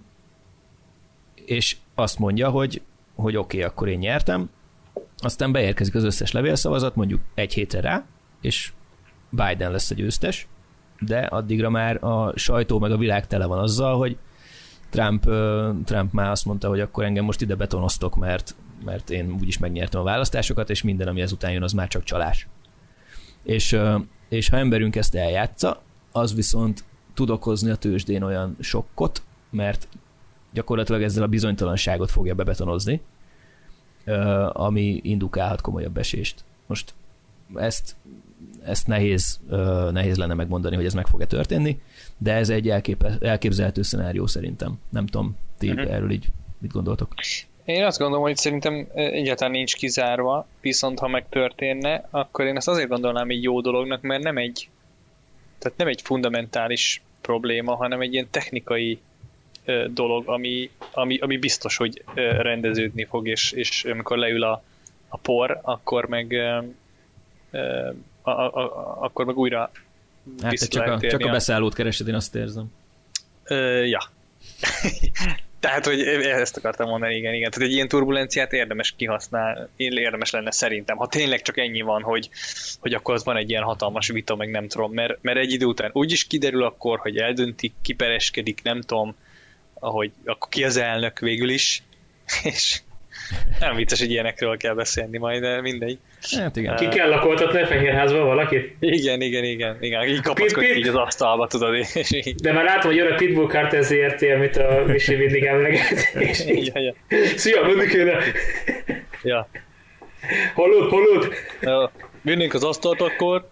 és azt mondja, hogy, hogy oké, okay, akkor én nyertem, aztán beérkezik az összes levélszavazat, mondjuk egy hétre rá, és Biden lesz a győztes, de addigra már a sajtó meg a világ tele van azzal, hogy Trump, Trump már azt mondta, hogy akkor engem most ide betonoztok, mert, mert én úgyis megnyertem a választásokat, és minden, ami ezután jön, az már csak csalás. És, és ha emberünk ezt eljátsza, az viszont tud okozni a tőzsdén olyan sokkot, mert gyakorlatilag ezzel a bizonytalanságot fogja bebetonozni, ami indukálhat komolyabb esést. Most ezt, ezt nehéz, nehéz lenne megmondani, hogy ez meg fog-e történni, de ez egy elkép- elképzelhető szenárió szerintem. Nem tudom, ti uh-huh. erről így mit gondoltok? Én azt gondolom, hogy szerintem egyáltalán nincs kizárva, viszont ha megtörténne, akkor én ezt azért gondolnám egy jó dolognak, mert nem egy, tehát nem egy fundamentális probléma, hanem egy ilyen technikai ö, dolog, ami, ami, ami biztos, hogy ö, rendeződni fog, és, és amikor leül a, a por, akkor meg ö, ö, a, a, a, akkor meg újra hát csak a, csak a beszállót keresed, én azt érzem. Ö, ja. Tehát, hogy ezt akartam mondani, igen, igen. Tehát egy ilyen turbulenciát érdemes kihasználni, érdemes lenne szerintem. Ha tényleg csak ennyi van, hogy, hogy akkor az van egy ilyen hatalmas vita, meg nem tudom, mert, mert egy idő után úgyis kiderül akkor, hogy eldöntik, kipereskedik, nem tudom, ahogy akkor ki az elnök végül is, és nem vicces, hogy ilyenekről kell beszélni majd, de mindegy. Hát igen. Ki kell lakoltatni a Fehérházban valakit? Igen, igen, igen. igen. Így kapaszkodik így az asztalba, tudod. És így. De már látom, hogy jön a Pitbull Carter zé er té, amit a Visi mindig emleget. Ja, ja. Szia, menni kéne! Ja. Hallod, hallod? Ja. Vinnénk az asztalt akkor.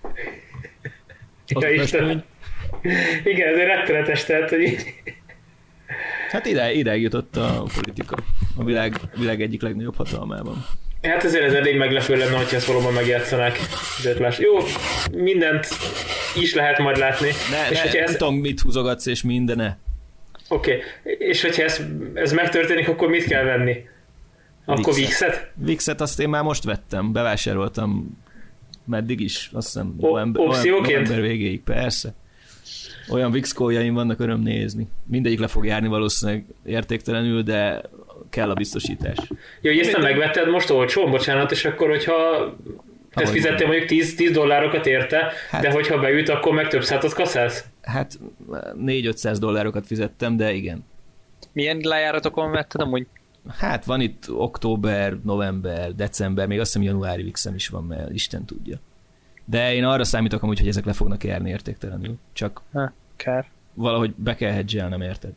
Ja, Isten. Igen, ez egy rettenetes, tehát, hogy így... Hát ide, ideig jutott a politika. A világ, világ egyik legnagyobb hatalmában. Hát ezért ez elég meglepő lenne, hogyha ezt valóban megjátszanák. Jó, mindent is lehet majd látni. Ne, és ne, nem ez... tudom, mit húzogatsz és mindene. Oké, okay. És hogyha ez, ez megtörténik, akkor mit kell venni? Akkor Vixet? Vixet azt én már most vettem, bevásároltam meddig is, azt hiszem o- november, opcióként? november végéig, persze. Olyan Vix calljaim vannak, öröm nézni. Mindegyik le fog járni valószínűleg értéktelenül, de kell a biztosítás. Jó, hogy ezt nem megvetted most olcsón, bocsánat, és akkor, hogyha ezt fizettél mondjuk tíz dollárokat érte, hát, de hogyha beüt, akkor meg több százatot kaszálsz? Hát négy-ötszáz dollárokat fizettem, de igen. Milyen lejáratokon vetted amúgy? Hát van itt október, november, december, még azt hiszem januári Vixem is van, mert Isten tudja. De én arra számítok amúgy, hogy ezek le fognak járni értéktelenül. Csak ha, kár. Valahogy be kell hedgelnem, érted?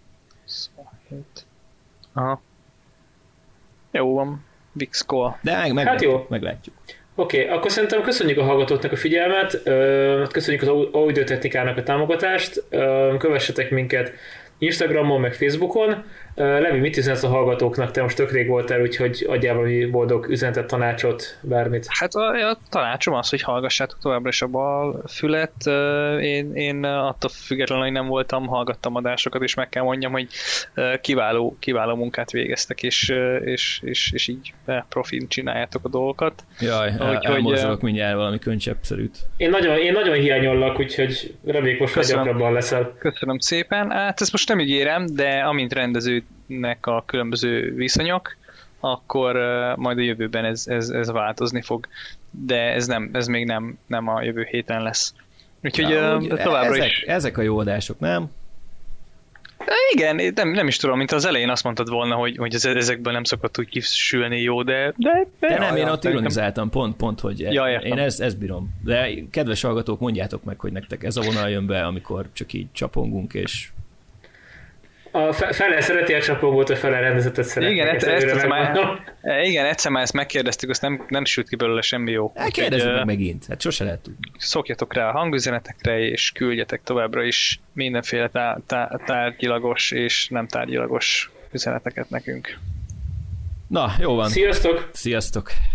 Aha. Jó van. Vixco. De meg, meg, hát jó. meglátjuk. Oké, okay, akkor szerintem köszönjük a hallgatóknak a figyelmet, köszönjük az Audiotechnikának a támogatást, kövessetek minket Instagramon, meg Facebookon. Levi, mit üzensz a hallgatóknak? Te most tök rég voltál, úgyhogy adjál valami boldog üzenetet, tanácsot, bármit. Hát a, a tanácsom az, hogy hallgassátok továbbra is a bal fület. Én, én attól függetlenül, hogy nem voltam, hallgattam adásokat, és meg kell mondjam, hogy kiváló, kiváló munkát végeztek, és, és, és, és így profin csináljátok a dolgokat. Jaj, el, elmorzsolok mindjárt valami könycseppszerűt. Én nagyon, én nagyon hiányollak, úgyhogy reméljük most már gyakrabban leszel. Köszönöm szépen. Hát ezt most nem ígérem, de amint rendezőnek a különböző viszonyok, akkor uh, majd a jövőben ez, ez, ez változni fog, de ez, nem, ez még nem, nem a jövő héten lesz. Úgyhogy ja, uh, továbbra ezek, is... Ezek a jó adások, nem? De igen, nem, nem is tudom, mint az elején azt mondtad volna, hogy, hogy ezekből nem szokott úgy kisülni jó, de... De, de, de nem, ja, én ott ironizáltam, pont, pont, hogy ja, én ezt, ezt bírom. De kedves hallgatók, mondjátok meg, hogy nektek ez a vonal jön be, amikor csak így csapongunk, és... A fele szereti a csapongót, a fele rendezetet szereti. Igen, ezt, ezt, ezt már, igen, egyszer már ezt megkérdeztük, azt nem, nem sült ki belőle semmi jó. Kérdezzük meg megint, hát sose lehet tudni. Szokjatok rá a hangüzenetekre, és küldjetek továbbra is mindenféle tá- tá- tárgyilagos és nem tárgyilagos üzeneteket nekünk. Na, jó van. Sziasztok! Sziasztok!